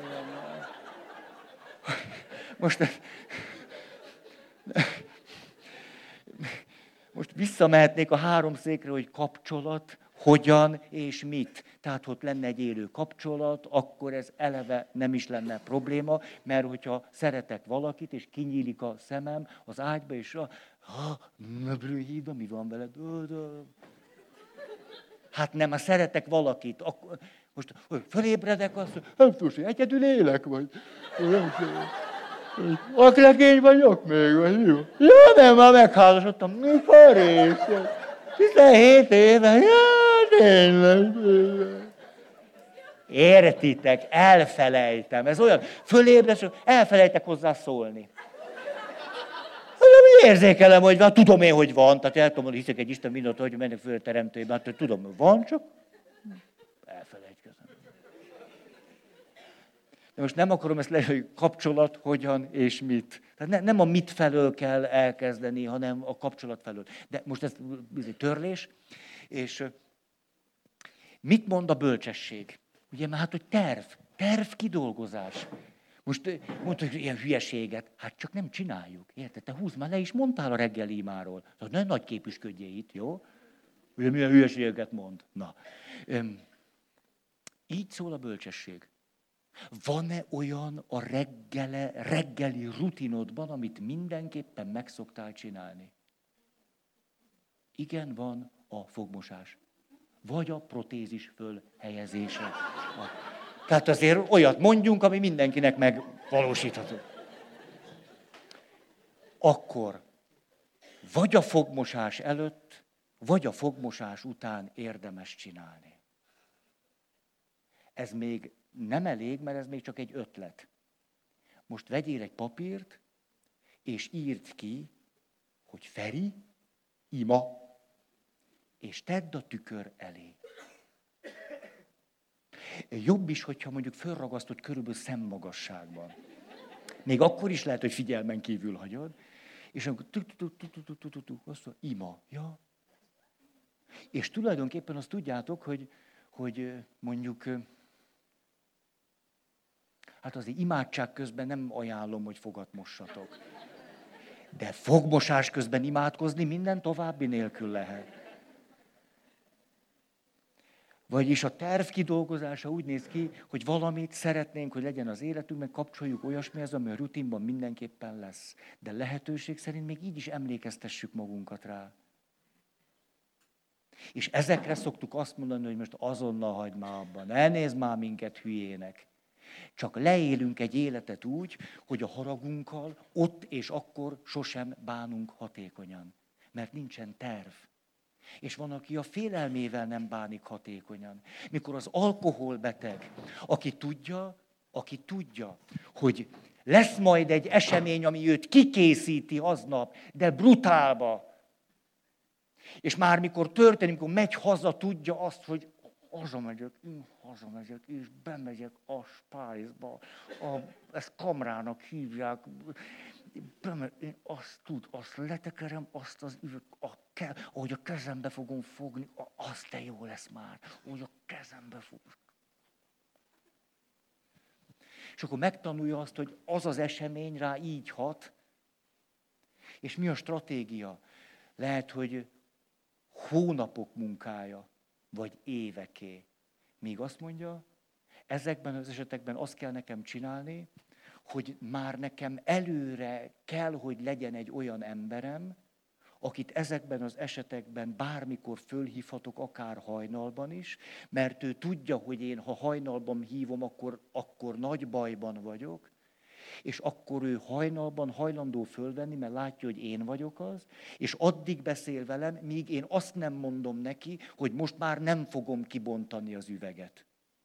Most visszamehetnék a 3 székre, hogy kapcsolat, hogyan és mit. Tehát, hogy lenne egy élő kapcsolat, akkor ez eleve nem is lenne probléma, mert hogyha szeretek valakit, és kinyílik a szemem az ágyba, és mi van veled? Hát nem, ha szeretek valakit, akkor, most fölébredek, azt mondja, nem tudom, hogy egyedül élek, vagy aklegény vagyok még, vagy jó? Ja, nem, már megházasodtam, mikor rész? 17 éve, ja, tényleg. Értitek, elfelejtem, ez olyan, fölébredsz, elfelejtek hozzá szólni. Érzékelem, hogy van, tudom én, hogy van, tehát el tudom mondani, hiszek egy Isten mindent, hogy mennek föl a teremtőjében, hát tudom, hogy van, csak elfelejtkezem. De most nem akarom ezt leírni, hogy kapcsolat, hogyan és mit. Tehát nem a mit felől kell elkezdeni, hanem a kapcsolat felől. De most ez törlés, és mit mond a bölcsesség? Ugye már hát, hogy terv kidolgozás. Most mondta, hogy ilyen hülyeséget. Hát csak nem csináljuk. Érted? Te húzd már le is mondtál a reggeli imáról. Tehát ne nagy képüsködjél itt, jó? Ugye milyen hülyeségeket mond. Na. Így szól a bölcsesség. Van-e olyan a reggeli rutinodban, amit mindenképpen meg szoktál csinálni? Igen, van a fogmosás. Vagy a protézis fölhelyezése. Tehát azért olyat mondjunk, ami mindenkinek megvalósítható. Akkor vagy a fogmosás előtt, vagy a fogmosás után érdemes csinálni. Ez még nem elég, mert ez még csak egy ötlet. Most vegyél egy papírt, és írd ki, hogy Feri, ima, és tedd a tükör elé. Jobb is, hogyha mondjuk fölragasztott körülbelül szemmagasságban. Még akkor is lehet, hogy figyelmen kívül hagyod. És akkor azt mondja, ima. Ja. És tulajdonképpen azt tudjátok, hogy mondjuk, hát azért imádság közben nem ajánlom, hogy fogat mossatok. De fogmosás közben imádkozni minden további nélkül lehet. Vagyis a terv kidolgozása úgy néz ki, hogy valamit szeretnénk, hogy legyen az életünkben, kapcsoljuk olyasmihez, ami a rutinban mindenképpen lesz. De lehetőség szerint még így is emlékeztessük magunkat rá. És ezekre szoktuk azt mondani, hogy most azonnal hagyd már abban, ne nézd már minket hülyének. Csak leélünk egy életet úgy, hogy a haragunkkal ott és akkor sosem bánunk hatékonyan. Mert nincsen terv. És van, aki a félelmével nem bánik hatékonyan. Mikor az alkoholbeteg, aki tudja, hogy lesz majd egy esemény, ami őt kikészíti aznap, de brutálba. És már mikor történik, amikor megy haza, tudja azt, hogy hazamegyek, és bemegyek a Spice-ba. Ezt kamrának hívják. Én azt letekerem, azt az üveg, ahogy a kezembe fogom fogni, az de jó lesz már, ahogy a kezembe fog. És akkor megtanulja azt, hogy az az esemény rá így hat, és mi a stratégia? Lehet, hogy hónapok munkája, vagy éveké. Míg azt mondja, ezekben az esetekben azt kell nekem csinálni, hogy már nekem előre kell, hogy legyen egy olyan emberem, akit ezekben az esetekben bármikor fölhívhatok, akár hajnalban is, mert ő tudja, hogy én, ha hajnalban hívom, akkor nagy bajban vagyok, és akkor ő hajnalban hajlandó fölvenni, mert látja, hogy én vagyok az, és addig beszél velem, míg én azt nem mondom neki, hogy most már nem fogom kibontani az üveget.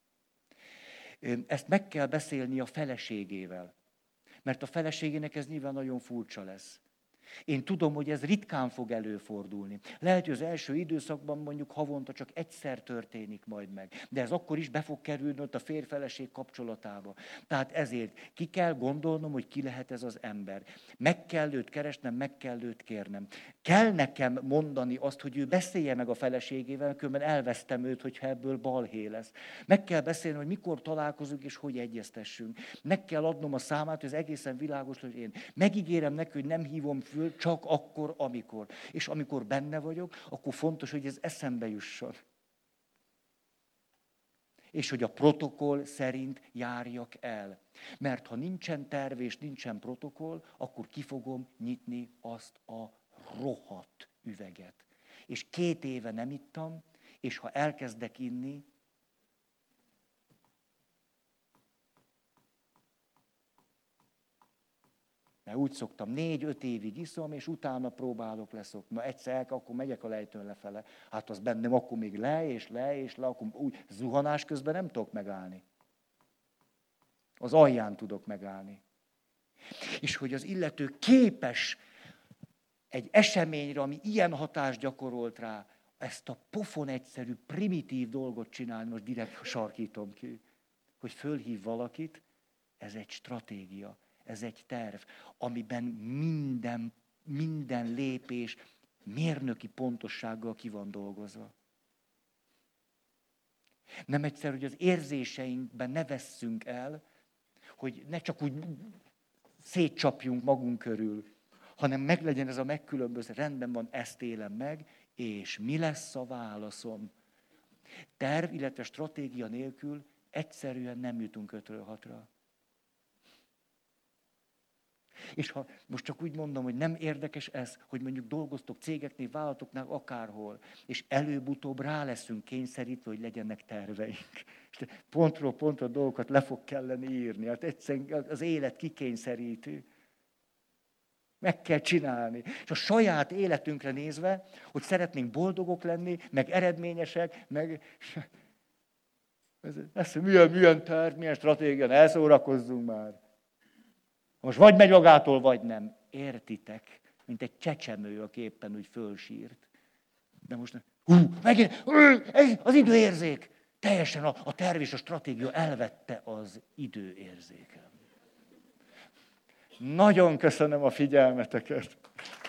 Ezt meg kell beszélni a feleségével, mert a feleségének ez nyilván nagyon furcsa lesz. Én tudom, hogy ez ritkán fog előfordulni. Lehet, hogy az első időszakban mondjuk havonta csak egyszer történik majd meg. De ez akkor is be fog kerülni ott a férj-feleség kapcsolatába. Tehát ezért ki kell gondolnom, hogy ki lehet ez az ember. Meg kell őt keresnem, meg kell őt kérnem. Kell nekem mondani azt, hogy ő beszélje meg a feleségével, különben elvesztem őt, hogyha ebből balhé lesz. Meg kell beszélni, hogy mikor találkozunk és hogy egyeztessünk. Meg kell adnom a számát, hogy ez egészen világos, hogy én megígérem neki, hogy nem hívom föl, csak akkor, amikor. És amikor benne vagyok, akkor fontos, hogy ez eszembe jusson. És hogy a protokoll szerint járjak el. Mert ha nincsen terv és nincsen protokoll, akkor ki fogom nyitni azt a rohadt üveget. És 2 éve nem ittam, és ha elkezdek inni, mert úgy szoktam, 4-5 évig iszom, és utána próbálok leszokni. Na egyszer, akkor megyek a lejtőn lefele. Hát az bennem akkor még le, akkor úgy zuhanás közben nem tudok megállni. Az alján tudok megállni. És hogy az illető képes egy eseményre, ami ilyen hatást gyakorolt rá, ezt a pofon egyszerű, primitív dolgot csinálni, most direkt sarkítom ki, hogy fölhív valakit, ez egy stratégia. Ez egy terv, amiben minden lépés mérnöki pontossággal ki van dolgozva. Nem egyszer, hogy az érzéseinkben ne vesszünk el, hogy ne csak úgy szétcsapjunk magunk körül, hanem meglegyen ez a megkülönböző, rendben van, ezt élem meg, és mi lesz a válaszom? Terv, illetve stratégia nélkül egyszerűen nem jutunk 5-ről 6-ra. És ha most csak úgy mondom, hogy nem érdekes ez, hogy mondjuk dolgoztok cégeknél, vállalatoknál, akárhol, és előbb-utóbb rá leszünk kényszerítve, hogy legyenek terveink. És pontról pontra dolgokat le fog kelleni írni. Hát egyszerűen az élet kikényszeríti. Meg kell csinálni. És a saját életünkre nézve, hogy szeretnénk boldogok lenni, meg eredményesek, meg... Ez milyen terv, milyen stratégia, ne szórakozzunk már. Most vagy megy magától, vagy nem. Értitek? Mint egy csecsemő, aki éppen úgy fölsírt. De most megint, az időérzék. Teljesen a terv és a stratégia elvette az időérzékem. Nagyon köszönöm a figyelmeteket.